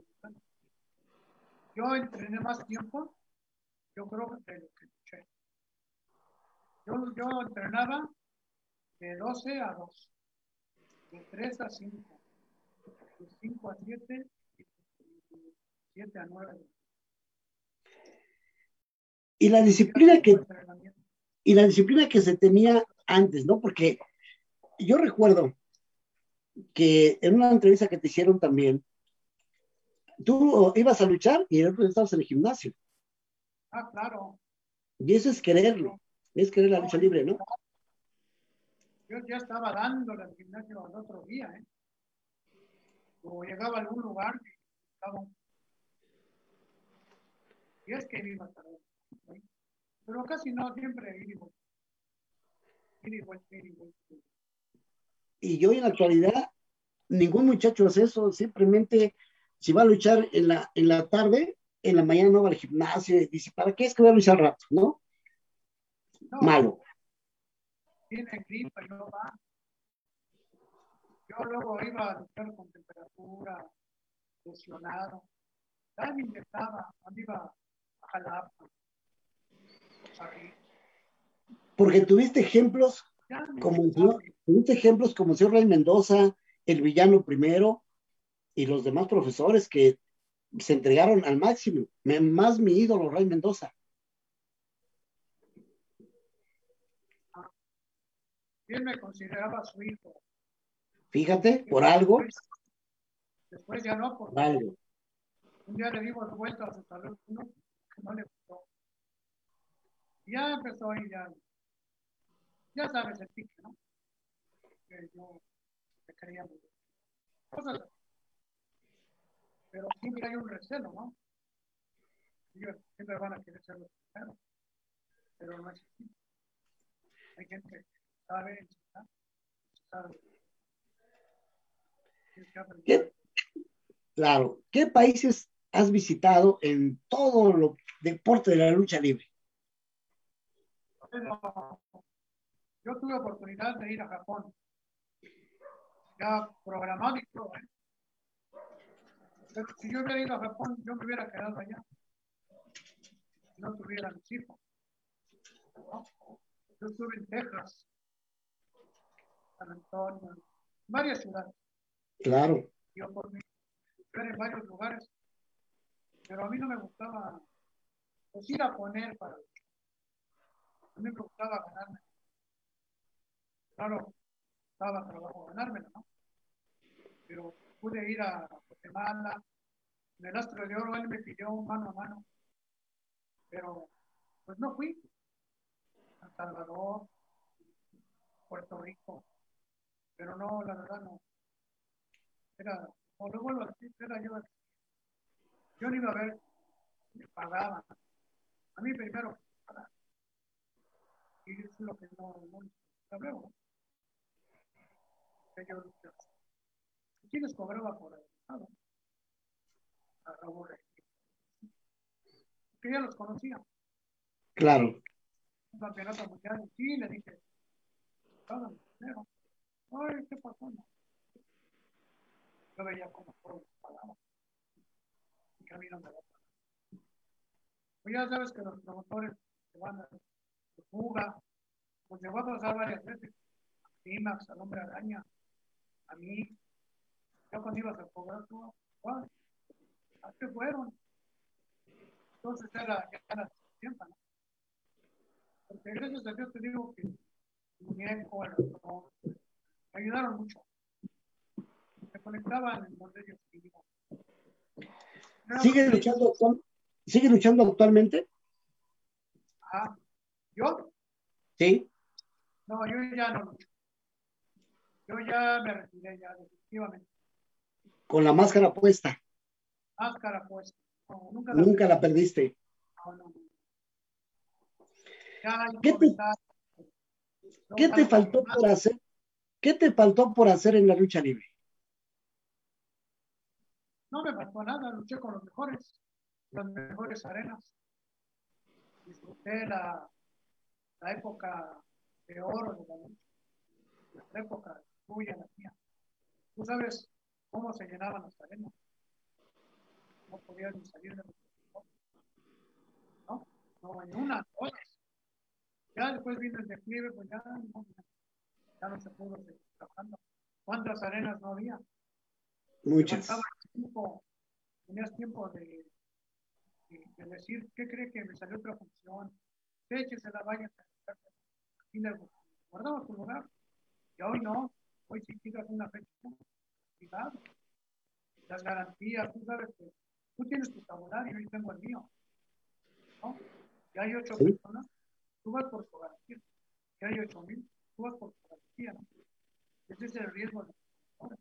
Yo entrené más tiempo, yo creo que de lo que luché. Yo, yo entrenaba de doce a dos, de tres a cinco, de cinco a siete y de siete a nueve. Y la disciplina que, y la disciplina que se tenía antes, ¿no? Porque yo recuerdo que en una entrevista que te hicieron también, tú ibas a luchar y el otro día estabas en el gimnasio. Ah, claro. Y eso es quererlo, es querer la lucha libre, ¿no? Yo ya estaba dándole al gimnasio al otro día, ¿eh? O llegaba a algún lugar y estaba. Y es que iba a estar, ¿eh? Pero casi no, siempre ir y vuelta. Ir y vuelta, ir y vuelta. Y yo en la actualidad, ningún muchacho hace eso, simplemente si va a luchar en la, en la tarde, en la mañana no va al gimnasio y dice, ¿para qué es que voy a luchar al rato? ¿No? No, Malo. tiene gripa y no va. Yo luego iba a luchar con temperatura, lesionado. Ya me inyectaba, me iba a jalar, a reír. Porque tuviste ejemplos Ya me como el inyectaba. señor, tuviste ejemplos como el señor Ray Mendoza, el villano primero, y los demás profesores que se entregaron al máximo. Me- más mi ídolo, Ray Mendoza. Y él me consideraba su hijo. Fíjate, por algo, Después, después ya no, porque por algo. un día le dimos vuelta a su salud, uno que no le gustó. Y ya empezó y ya, ya sabes el pique, ¿no? Que yo me quería mucho. Cosas así. Pero siempre hay un recelo, ¿no? Ellos siempre van a querer ser los primeros, pero no es así. Hay gente que sabe enseñar, sabe. Tienes que aprender. ¿Qué, claro, ¿qué países has visitado en todo lo deporte de la lucha libre? Bueno, yo tuve oportunidad de ir a Japón, ya programado y todo, ¿eh? Pero si yo hubiera ido a Japón, yo me hubiera quedado allá. Si no tuviera mis hijos, ¿no? Yo estuve en Texas, San Antonio, en varias ciudades. Claro, Yo por mí, estuve en varios lugares, pero a mí no me gustaba pues, ir a poner para. A mí me gustaba ganarme. Claro, estaba trabajo ganármelo, ¿no? Pero pude ir a Guatemala, en el Astro de Oro él me pidió un mano a mano, pero pues no fui. A Salvador, Puerto Rico, pero no, la verdad no. Era, como lo vuelvo a decir, era yo, yo no iba a ver, me pagaban. A mí primero me pagaban. Y eso es lo que no, no sabemos, ¿no? Que yo, ¿quién les cobraba por el Estado? A Raúl Reyes. Que ya los conocía. claro. Un campeonato mundial en Chile, dije, págame dinero. Ay, ¿qué pasó? No. Yo veía cómo todos pagaban. Y que a mí no me lo pagaban. Pues ya sabes que los promotores se van a fuga, pues llegó a pasar varias veces. A Clímax, al Hombre Araña, a mí. Yo cuando ibas a cobrar, tú, ¿cuál? ¿A qué fueron? Entonces era ya la tiempo, ¿no? Porque gracias a Dios te digo que el muñeco, el ratón, me ayudaron mucho. Me conectaban en donde ellos vivían. ¿Sigue luchando, actual- ¿sigue luchando actualmente? Ah, ¿yo? Sí. No, yo ya no lucho. Yo ya me retiré ya, definitivamente. Con la máscara puesta. Máscara puesta. No, nunca la Nunca perdí. la perdiste. No, no, no. Ya hay ¿Qué te, comentarios. No qué te salgo con faltó por máscara. hacer? ¿Qué te faltó por hacer en la lucha libre? No me faltó nada, luché con los mejores, las mejores arenas. Disfruté la, la época de oro de la lucha, la época tuya, la mía. Tú sabes, cómo se llenaban las arenas. No podían ni salir de los no, no, en una, todas. Ya después vino el declive, pues ya no, ya no se pudo seguir trabajando. ¿Cuántas arenas no había? Muchas. Tiempo, tenías tiempo de, de, de decir, ¿qué cree que me salió otra función? Échese la valla y le guardamos tu lugar. Y hoy no, hoy si quitas una fecha, cuidado. Las garantías, tú sabes que tú tienes tu tabulario y tengo el mío, ¿no? Y hay ocho ¿sí? personas, tú vas por tu garantía. Y hay ocho mil, tú vas por tu garantía, ¿no? Ese es el riesgo de la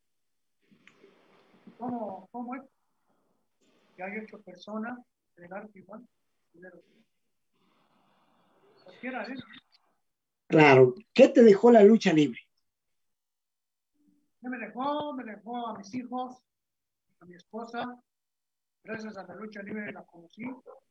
¿Cómo, ¿Cómo es? Que hay ocho personas, entregarte igual, dinero. Cualquiera de ellos. Claro. ¿Qué te dejó la lucha libre? ¿Qué me dejó? Me dejó a mis hijos, a mi esposa. Gracias a la lucha libre la conocí.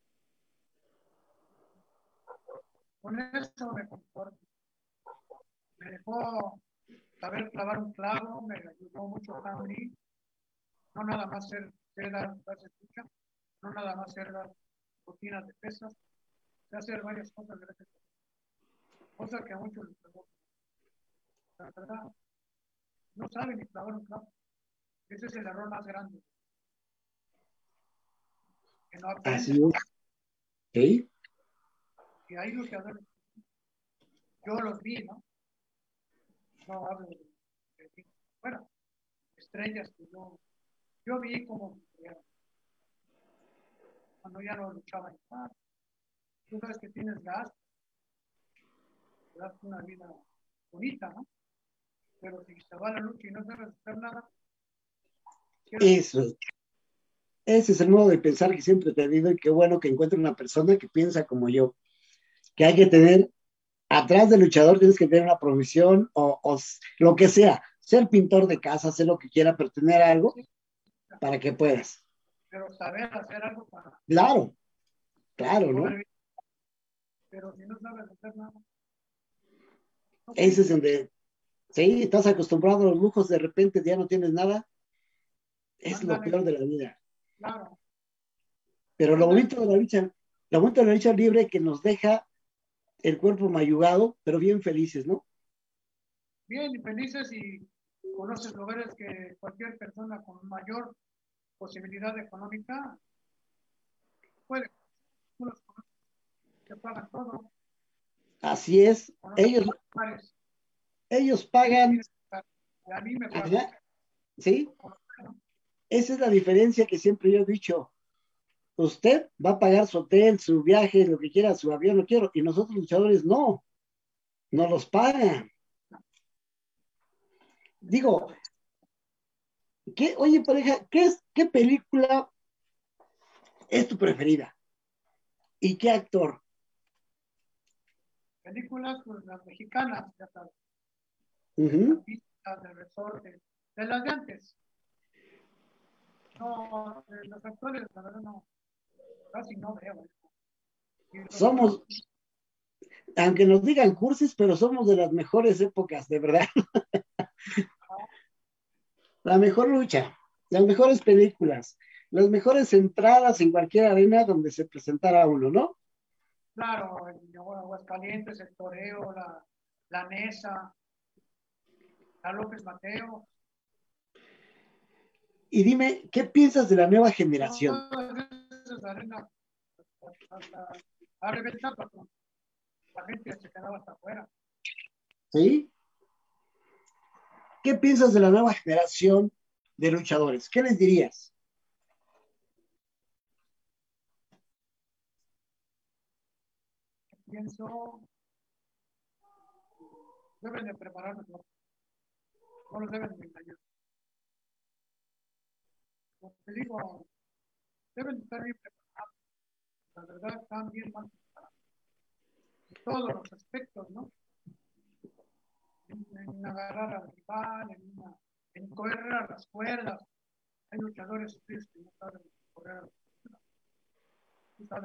Con eso me conforto. Me dejó saber clavar un clavo, me ayudó mucho a mí. No nada más ser, ser dar clases de lucha, no nada más ser dar rutinas de pesas, de hacer varias cosas gracias a Dios. Cosa que a muchos les pegó. La verdad, no saben ni clavar un clavo. Ese es el error más grande. Que no aprenden. Así es. ¿Sí? Y hay luchadores. Yo los vi, ¿no? No hablo de, de, de bueno, estrellas que yo, yo vi como cuando ya no luchaban. Ah, tú sabes que tienes gas, te das una vida bonita, ¿no? Pero si se va a la lucha y no sabes hacer nada. Eso. Ese es el modo de pensar que siempre he tenido y qué bueno que encuentre una persona que piensa como yo. Que hay que tener, atrás del luchador tienes que tener una profesión o, o lo que sea. Ser pintor de casa, hacer lo que quiera, pero tener algo para que puedas. Pero saber hacer algo para... Claro, claro, ¿no? Pero si no sabes hacer nada. No, ese es donde, sí, estás acostumbrado a los lujos, de repente ya no tienes nada. Es Ándale. Lo peor de la vida. Claro. Pero lo bonito de la lucha, lo bonito de la lucha libre es que nos deja el cuerpo mayugado, pero bien felices, ¿no? Bien felices y conoces lugares que cualquier persona con mayor posibilidad económica puede. Tú los conoces, te pagan todo. Así es. Ellos, ellos pagan. Y a mí me pagan. ¿Sí? Esa es la diferencia que siempre yo he dicho. Usted va a pagar su hotel, su viaje, lo que quiera, su avión, lo quiero, y nosotros luchadores no, no los pagan. Digo, ¿qué, oye, pareja, ¿qué, es, ¿qué película es tu preferida? ¿Y qué actor? Películas, pues las mexicanas, ya sabes. Uh-huh. Las de resorte, de las de antes. No, de los actores, la verdad no, casi no veo. Somos, aunque nos digan cursis, pero somos de las mejores épocas, de verdad. La mejor lucha, las mejores películas, las mejores entradas en cualquier arena donde se presentara uno, ¿no? Claro, en Aguascalientes, el Toreo, la, la Nesa, la López Mateo. Y dime, ¿qué piensas de la nueva generación? Esas arenas, a reventar, la gente se quedaba hasta afuera. ¿Sí? ¿Qué piensas de la nueva generación de luchadores? ¿Qué les dirías? Pienso, deben de prepararse, no, no los deben de engañar. Como te digo, deben de estar bien preparados. La verdad, están bien mal preparados. En todos los aspectos, ¿no? En, en agarrar al rival, en, una, en correr a las cuerdas. Hay luchadores que no saben correr a las cuerdas. ¿Tú sabes?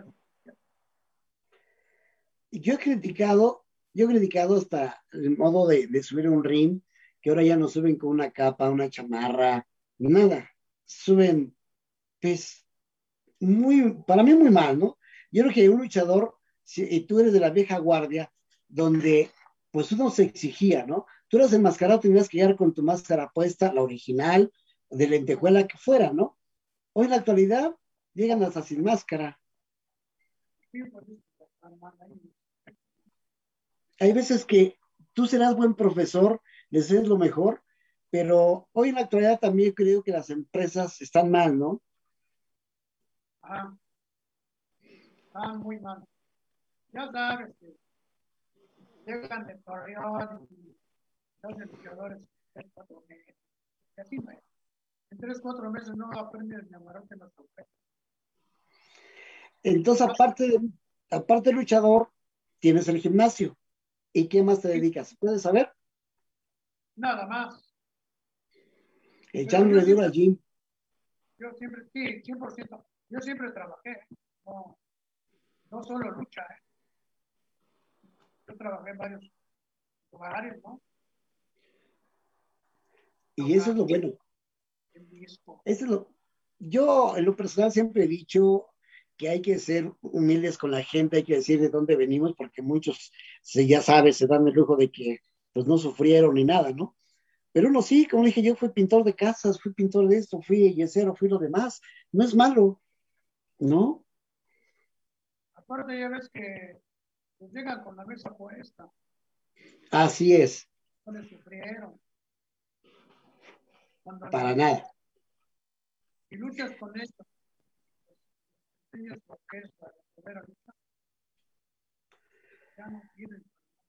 Yo he criticado, yo he criticado hasta el modo de, de subir un ring, que ahora ya no suben con una capa, una chamarra, nada, suben, pues, muy, para mí muy mal, ¿no? Yo creo que un luchador, si, y tú eres de la vieja guardia, donde pues uno se exigía, ¿no? Tú eras enmascarado, tenías que llegar con tu máscara puesta, la original, de lentejuela que fuera, ¿no? Hoy en la actualidad llegan hasta sin máscara. Sí, pues, están mal ahí. Hay veces que tú serás buen profesor, les es lo mejor, pero hoy en la actualidad también creo que las empresas están mal, ¿no? Ah, están muy mal. Ya sabes que llegan de Torreón y los luchadores en cuatro meses. Y así, ¿no? En tres, cuatro meses no aprendes ni a amarrarte las trompetas. Entonces, aparte de, aparte de luchador, tienes el gimnasio. ¿Y qué más te dedicas? ¿Puedes saber? Nada más. Pero yo Echándole duro siempre, al gym. yo siempre, sí, cien por ciento. Yo siempre trabajé. No, no solo lucha, ¿eh? Yo trabajé en varios lugares, ¿no? Y eso es lo Tocando bueno. en disco. Eso es lo... Yo, en lo personal, siempre he dicho que hay que ser humildes con la gente, hay que decir de dónde venimos, porque muchos, se, ya sabes, se dan el lujo de que pues no sufrieron ni nada, ¿no? Pero uno sí, como dije, yo fui pintor de casas, fui pintor de esto, fui yesero, fui lo demás. No es malo, ¿no? Aparte, ya ves que pues, llegan con la mesa puesta. Así es, No les sufrieron. Cuando para le, nada. si luchas con esto, enseñas lo que es para poder luchar, ya no tienen.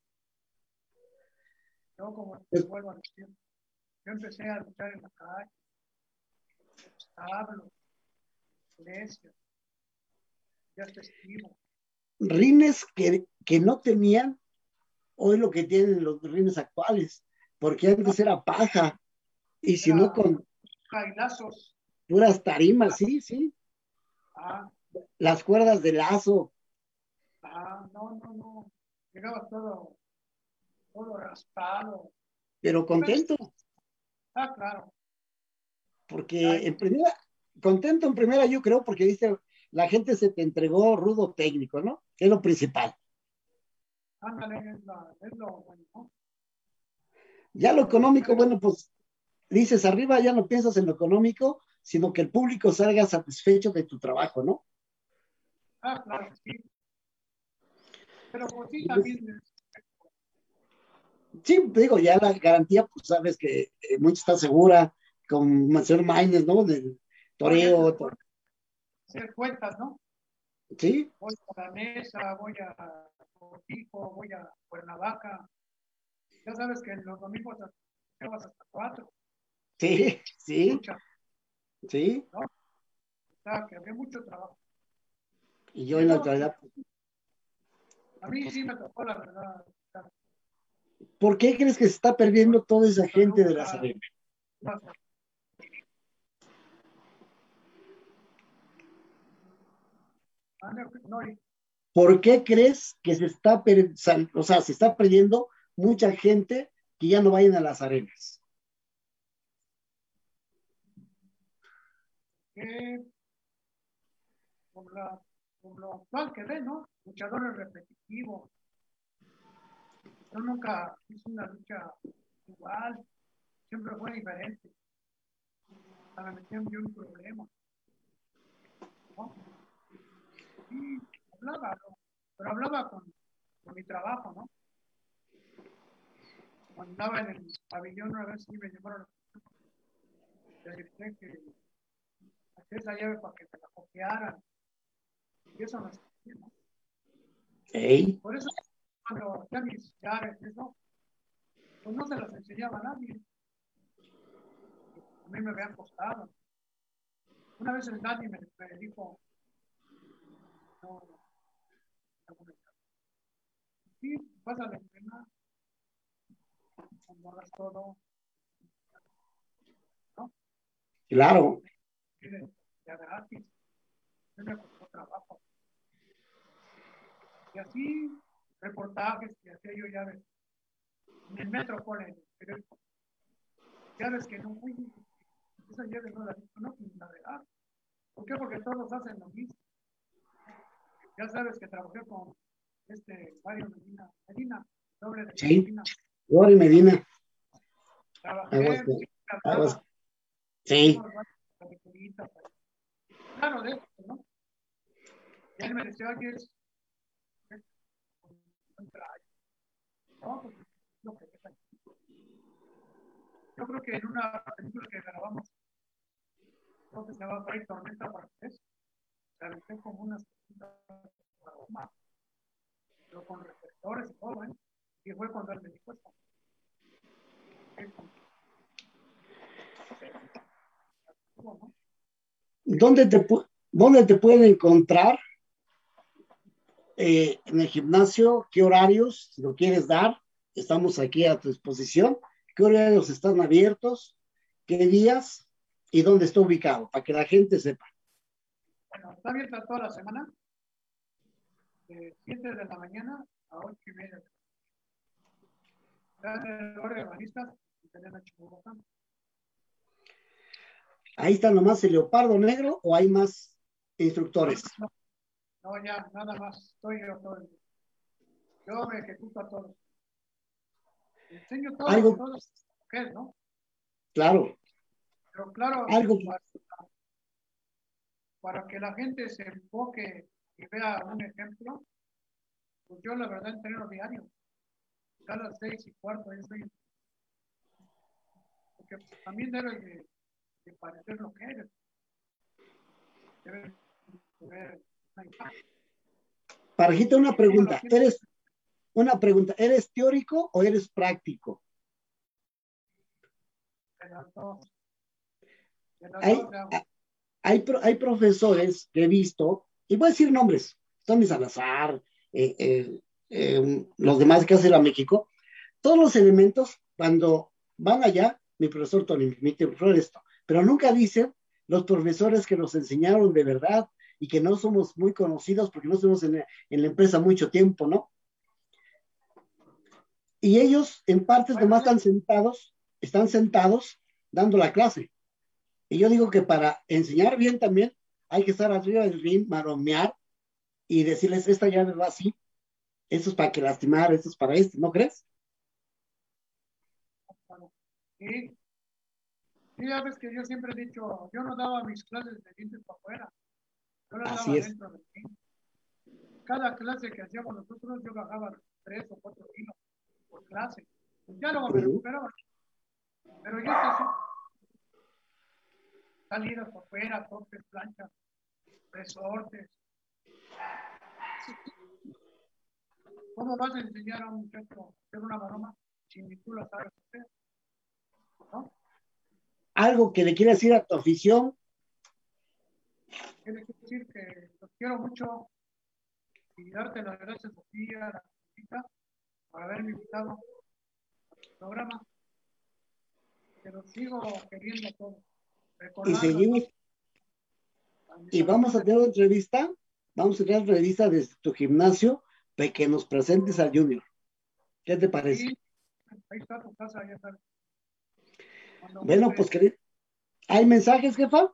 Yo, como te Es- vuelvo a decir, yo empecé a luchar en la calle, establo, iglesia, ya testigo. Rines que, que no tenían hoy lo que tienen los rines actuales, porque No, antes era paja, y si no era con bailazos. puras tarimas, sí, sí, Ah, las cuerdas de lazo, ah, no, no, no. Llegaba todo, todo raspado. pero Pues, contento, ah, claro. porque Ay, en primera, contento en primera yo creo, porque dice, la gente se te entregó rudo técnico, ¿no? Que es lo principal. ándale, es, la, es lo bueno, ¿no? Ya lo Pero, económico, bueno, pues dices arriba, ya no piensas en lo económico, sino que el público salga satisfecho de tu trabajo, ¿no? ah, claro, sí. Pero pues sí, Y pues, también, sí, te digo, ya la garantía, pues sabes que eh, mucho está segura, con Master Minds, ¿no? Del no, ya te toreo, puedo hacer cuentas, ¿no? sí, Voy a la mesa, voy a Cortijo, voy a Cuernavaca. Ya sabes que en los domingos llevas hasta cuatro, sí, sí, lucha, sí. ¿no? O sea, que había mucho trabajo. Y Y yo en la eso, actualidad, a mí sí me tocó, la verdad. ¿por qué crees que se está perdiendo toda esa La gente de las lucha, arenas? las- no, y ¿Por qué crees que se está, per- sal- o sea, se está perdiendo mucha gente que ya no vayan a las arenas? que por, la, por lo actual que ve, ¿no? Luchadores repetitivos. Yo nunca hice una lucha igual, siempre fue diferente. Hasta me metían yo en un problema, ¿no? Sí, hablaba, ¿no? Pero hablaba con, con mi trabajo, ¿no? Cuando andaba en el pabellón una vez sí me llamaron a decirte que hacía esa llave para que te la copiaran. Y eso no es así, ¿no? Ey, Por eso cuando hacía mis llaves, eso, pues no se las enseñaba a nadie. A mí me habían costado. Una vez el Dani me, me dijo, no, no, no, no, sí, vas a la entrenar, cuando hagas todo, ¿no? claro, Tiene ya gratis, a mí me costó trabajo. Y así, reportajes que hacía yo ya ves, en el metro, por el periódico, ya ves que no fui, Esa llave no la no, ni la regar. ¿Por qué? Porque todos hacen lo mismo. Ya sabes que trabajé con este Mario Medina, Medina, doble de Sí, Medina. Lori Medina. Trabajé, Aguas, sí, aguas. Sí, claro, de esto, ¿no? Y él me decía que es no, pues lo que es aquí. Yo creo que en una película que grabamos, creo que se llama Fray Tormenta para tres, se aventé como unas aromas, pero con reflectores y todo, ¿eh? Y fue cuando él me dijo esto. ¿No? ¿Dónde te, dónde te pueden encontrar eh, en el gimnasio? ¿Qué horarios, si lo quieres dar? Estamos aquí a tu disposición. ¿Qué horarios están abiertos? ¿Qué días? ¿Y dónde está ubicado? Para que la gente sepa. Bueno, está abierta toda la semana, de siete de la mañana a ocho y media. Está en el horario de baristas y tenemos Chihuahua. ¿Ahí está nomás el leopardo negro o hay más instructores? No, no, ya, nada más. Estoy yo todo el día. Yo me ejecuto a todos. Enseño todo, Algo, todo ¿qué es, no? claro. Pero claro, Algo, para, para que la gente se enfoque y vea un ejemplo, pues yo la verdad entreno diario. A las seis y cuarto yo estoy. Porque también debes de, de parecer lo que eres. Debes de ver una imagen. Parejita, una pregunta. ¿Eres, una pregunta, ¿eres teórico o eres práctico? De las dos. De las Hay, dos, hay, hay profesores que he visto, y voy a decir nombres, Tony Salazar, eh, eh, eh, los demás que hace la México, todos los elementos, cuando van allá, mi profesor Tony, mi profesor esto, pero nunca dicen los profesores que nos enseñaron de verdad y que no somos muy conocidos porque no estamos en, en la empresa mucho tiempo, ¿no? Y ellos, en partes, nomás están sentados, están sentados dando la clase. Y yo digo que para enseñar bien también hay que estar arriba del ring, maromear y decirles, esta llave va así, esto es para que lastimar, esto es para esto, ¿no crees? Sí. Sí, ya ves que yo siempre he dicho, yo no daba mis clases de dientes para afuera, yo las Así daba es. dentro del ring. Cada clase que hacíamos nosotros, yo bajaba tres o cuatro kilos por clase. Ya luego me recuperaba. Pero yo te salidas por fuera, toques, planchas, resortes. ¿Cómo vas a enseñar a un muchacho a hacer una maroma si ni tú la sabes hacer? ¿No? Algo que le quieras decir a tu afición. Quiere decir que los quiero mucho y darte las gracias a ti, a la visita, por haberme invitado al programa. Que los sigo queriendo todos. Y seguimos. Y vamos a tener una entrevista, vamos a tener una entrevista desde tu gimnasio para que nos presentes al Junior. ¿Qué te parece? Sí, ahí está tu casa, ya sabes. Cuando bueno, pues, querido, ¿hay mensajes, jefa?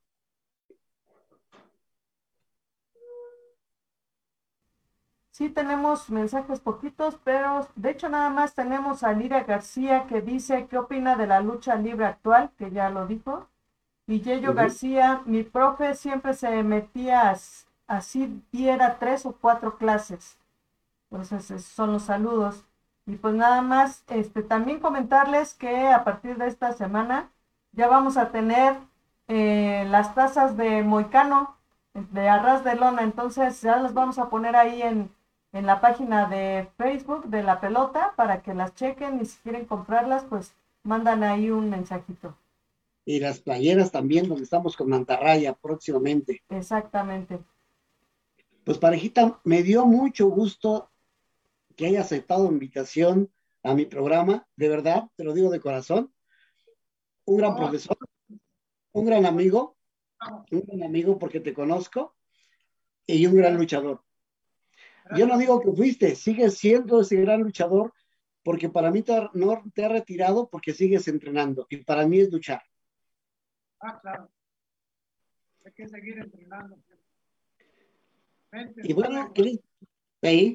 Sí, tenemos mensajes poquitos, pero de hecho nada más tenemos a Lidia García que dice qué opina de la lucha libre actual, que ya lo dijo. Y Yello uh-huh. García, mi profe siempre se metía así, diera tres o cuatro clases. Entonces, esos son los saludos. Y pues nada más, este, también comentarles que a partir de esta semana ya vamos a tener eh, las tazas de Moicano, de Arras de Lona. Entonces ya las vamos a poner ahí en, en la página de Facebook de La Pelota para que las chequen y si quieren comprarlas, pues mandan ahí un mensajito. Y las playeras también, donde estamos con Mantarraya próximamente. Exactamente. Pues parejita, me dio mucho gusto que haya aceptado la invitación a mi programa, de verdad, te lo digo de corazón. Un gran profesor, un gran amigo, un gran amigo porque te conozco, y un gran luchador. Yo no digo que fuiste, sigues siendo ese gran luchador, porque para mí te, no te has retirado porque sigues entrenando, y para mí es luchar. Ah, claro. Hay que seguir entrenando. Mente, Y bueno, mente. queridos, ahí.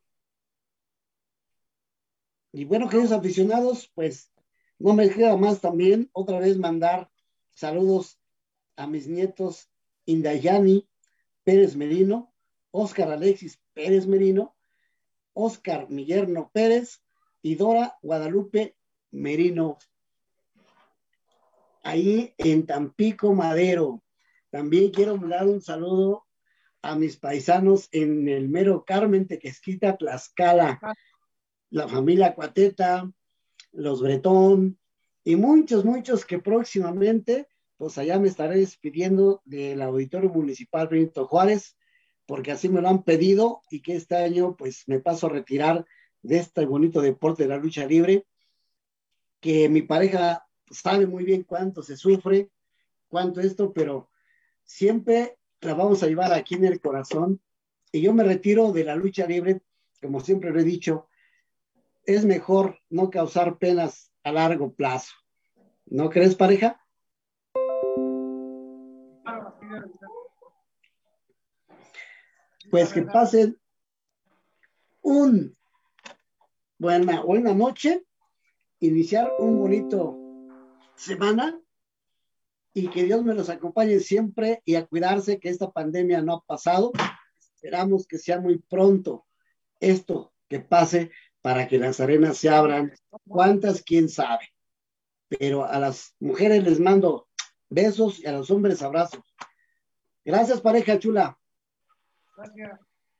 Y bueno, queridos aficionados, pues no me queda más también otra vez mandar saludos a mis nietos Indayani Pérez Merino, Óscar Alexis Pérez Merino, Óscar Millerno Pérez y Dora Guadalupe Merino, ahí en Tampico Madero. También quiero mandar un saludo a mis paisanos en el mero Carmen, Tequesquita, Tlaxcala, la familia Cuateta, los Bretón y muchos, muchos que próximamente, pues allá me estaré despidiendo del Auditorio Municipal Benito Juárez, porque así me lo han pedido y que este año pues me paso a retirar de este bonito deporte de la lucha libre, que mi pareja sabe muy bien cuánto se sufre, cuánto esto, pero siempre la vamos a llevar aquí en el corazón. Y yo me retiro de la lucha libre, como siempre lo he dicho, es mejor no causar penas a largo plazo. ¿No crees, pareja? Claro, así debe ser. Pues que pasen un buena, buena noche, iniciar un bonito semana y que Dios me los acompañe siempre y a cuidarse, que esta pandemia no ha pasado. Esperamos que sea muy pronto esto que pase para que las arenas se abran. ¿Cuántas? ¿Quién sabe? Pero a las mujeres les mando besos y a los hombres abrazos. Gracias, pareja chula. Gracias.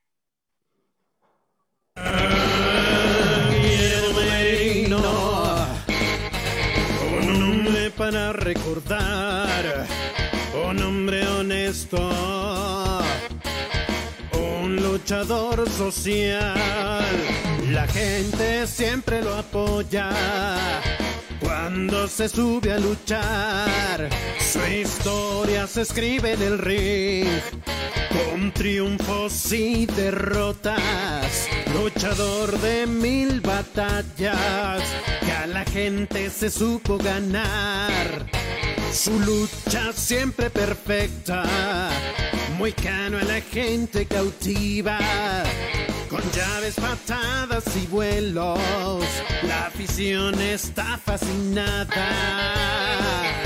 Un hombre para recordar, un hombre honesto, un luchador social. La gente siempre lo apoya cuando se sube a luchar. Su historia se escribe en el ring, con triunfos y derrotas. Luchador de mil batallas, que a la gente se supo ganar. Su lucha siempre perfecta, muy cano a la gente cautiva. Con llaves, patadas y vuelos, la afición está fascinada.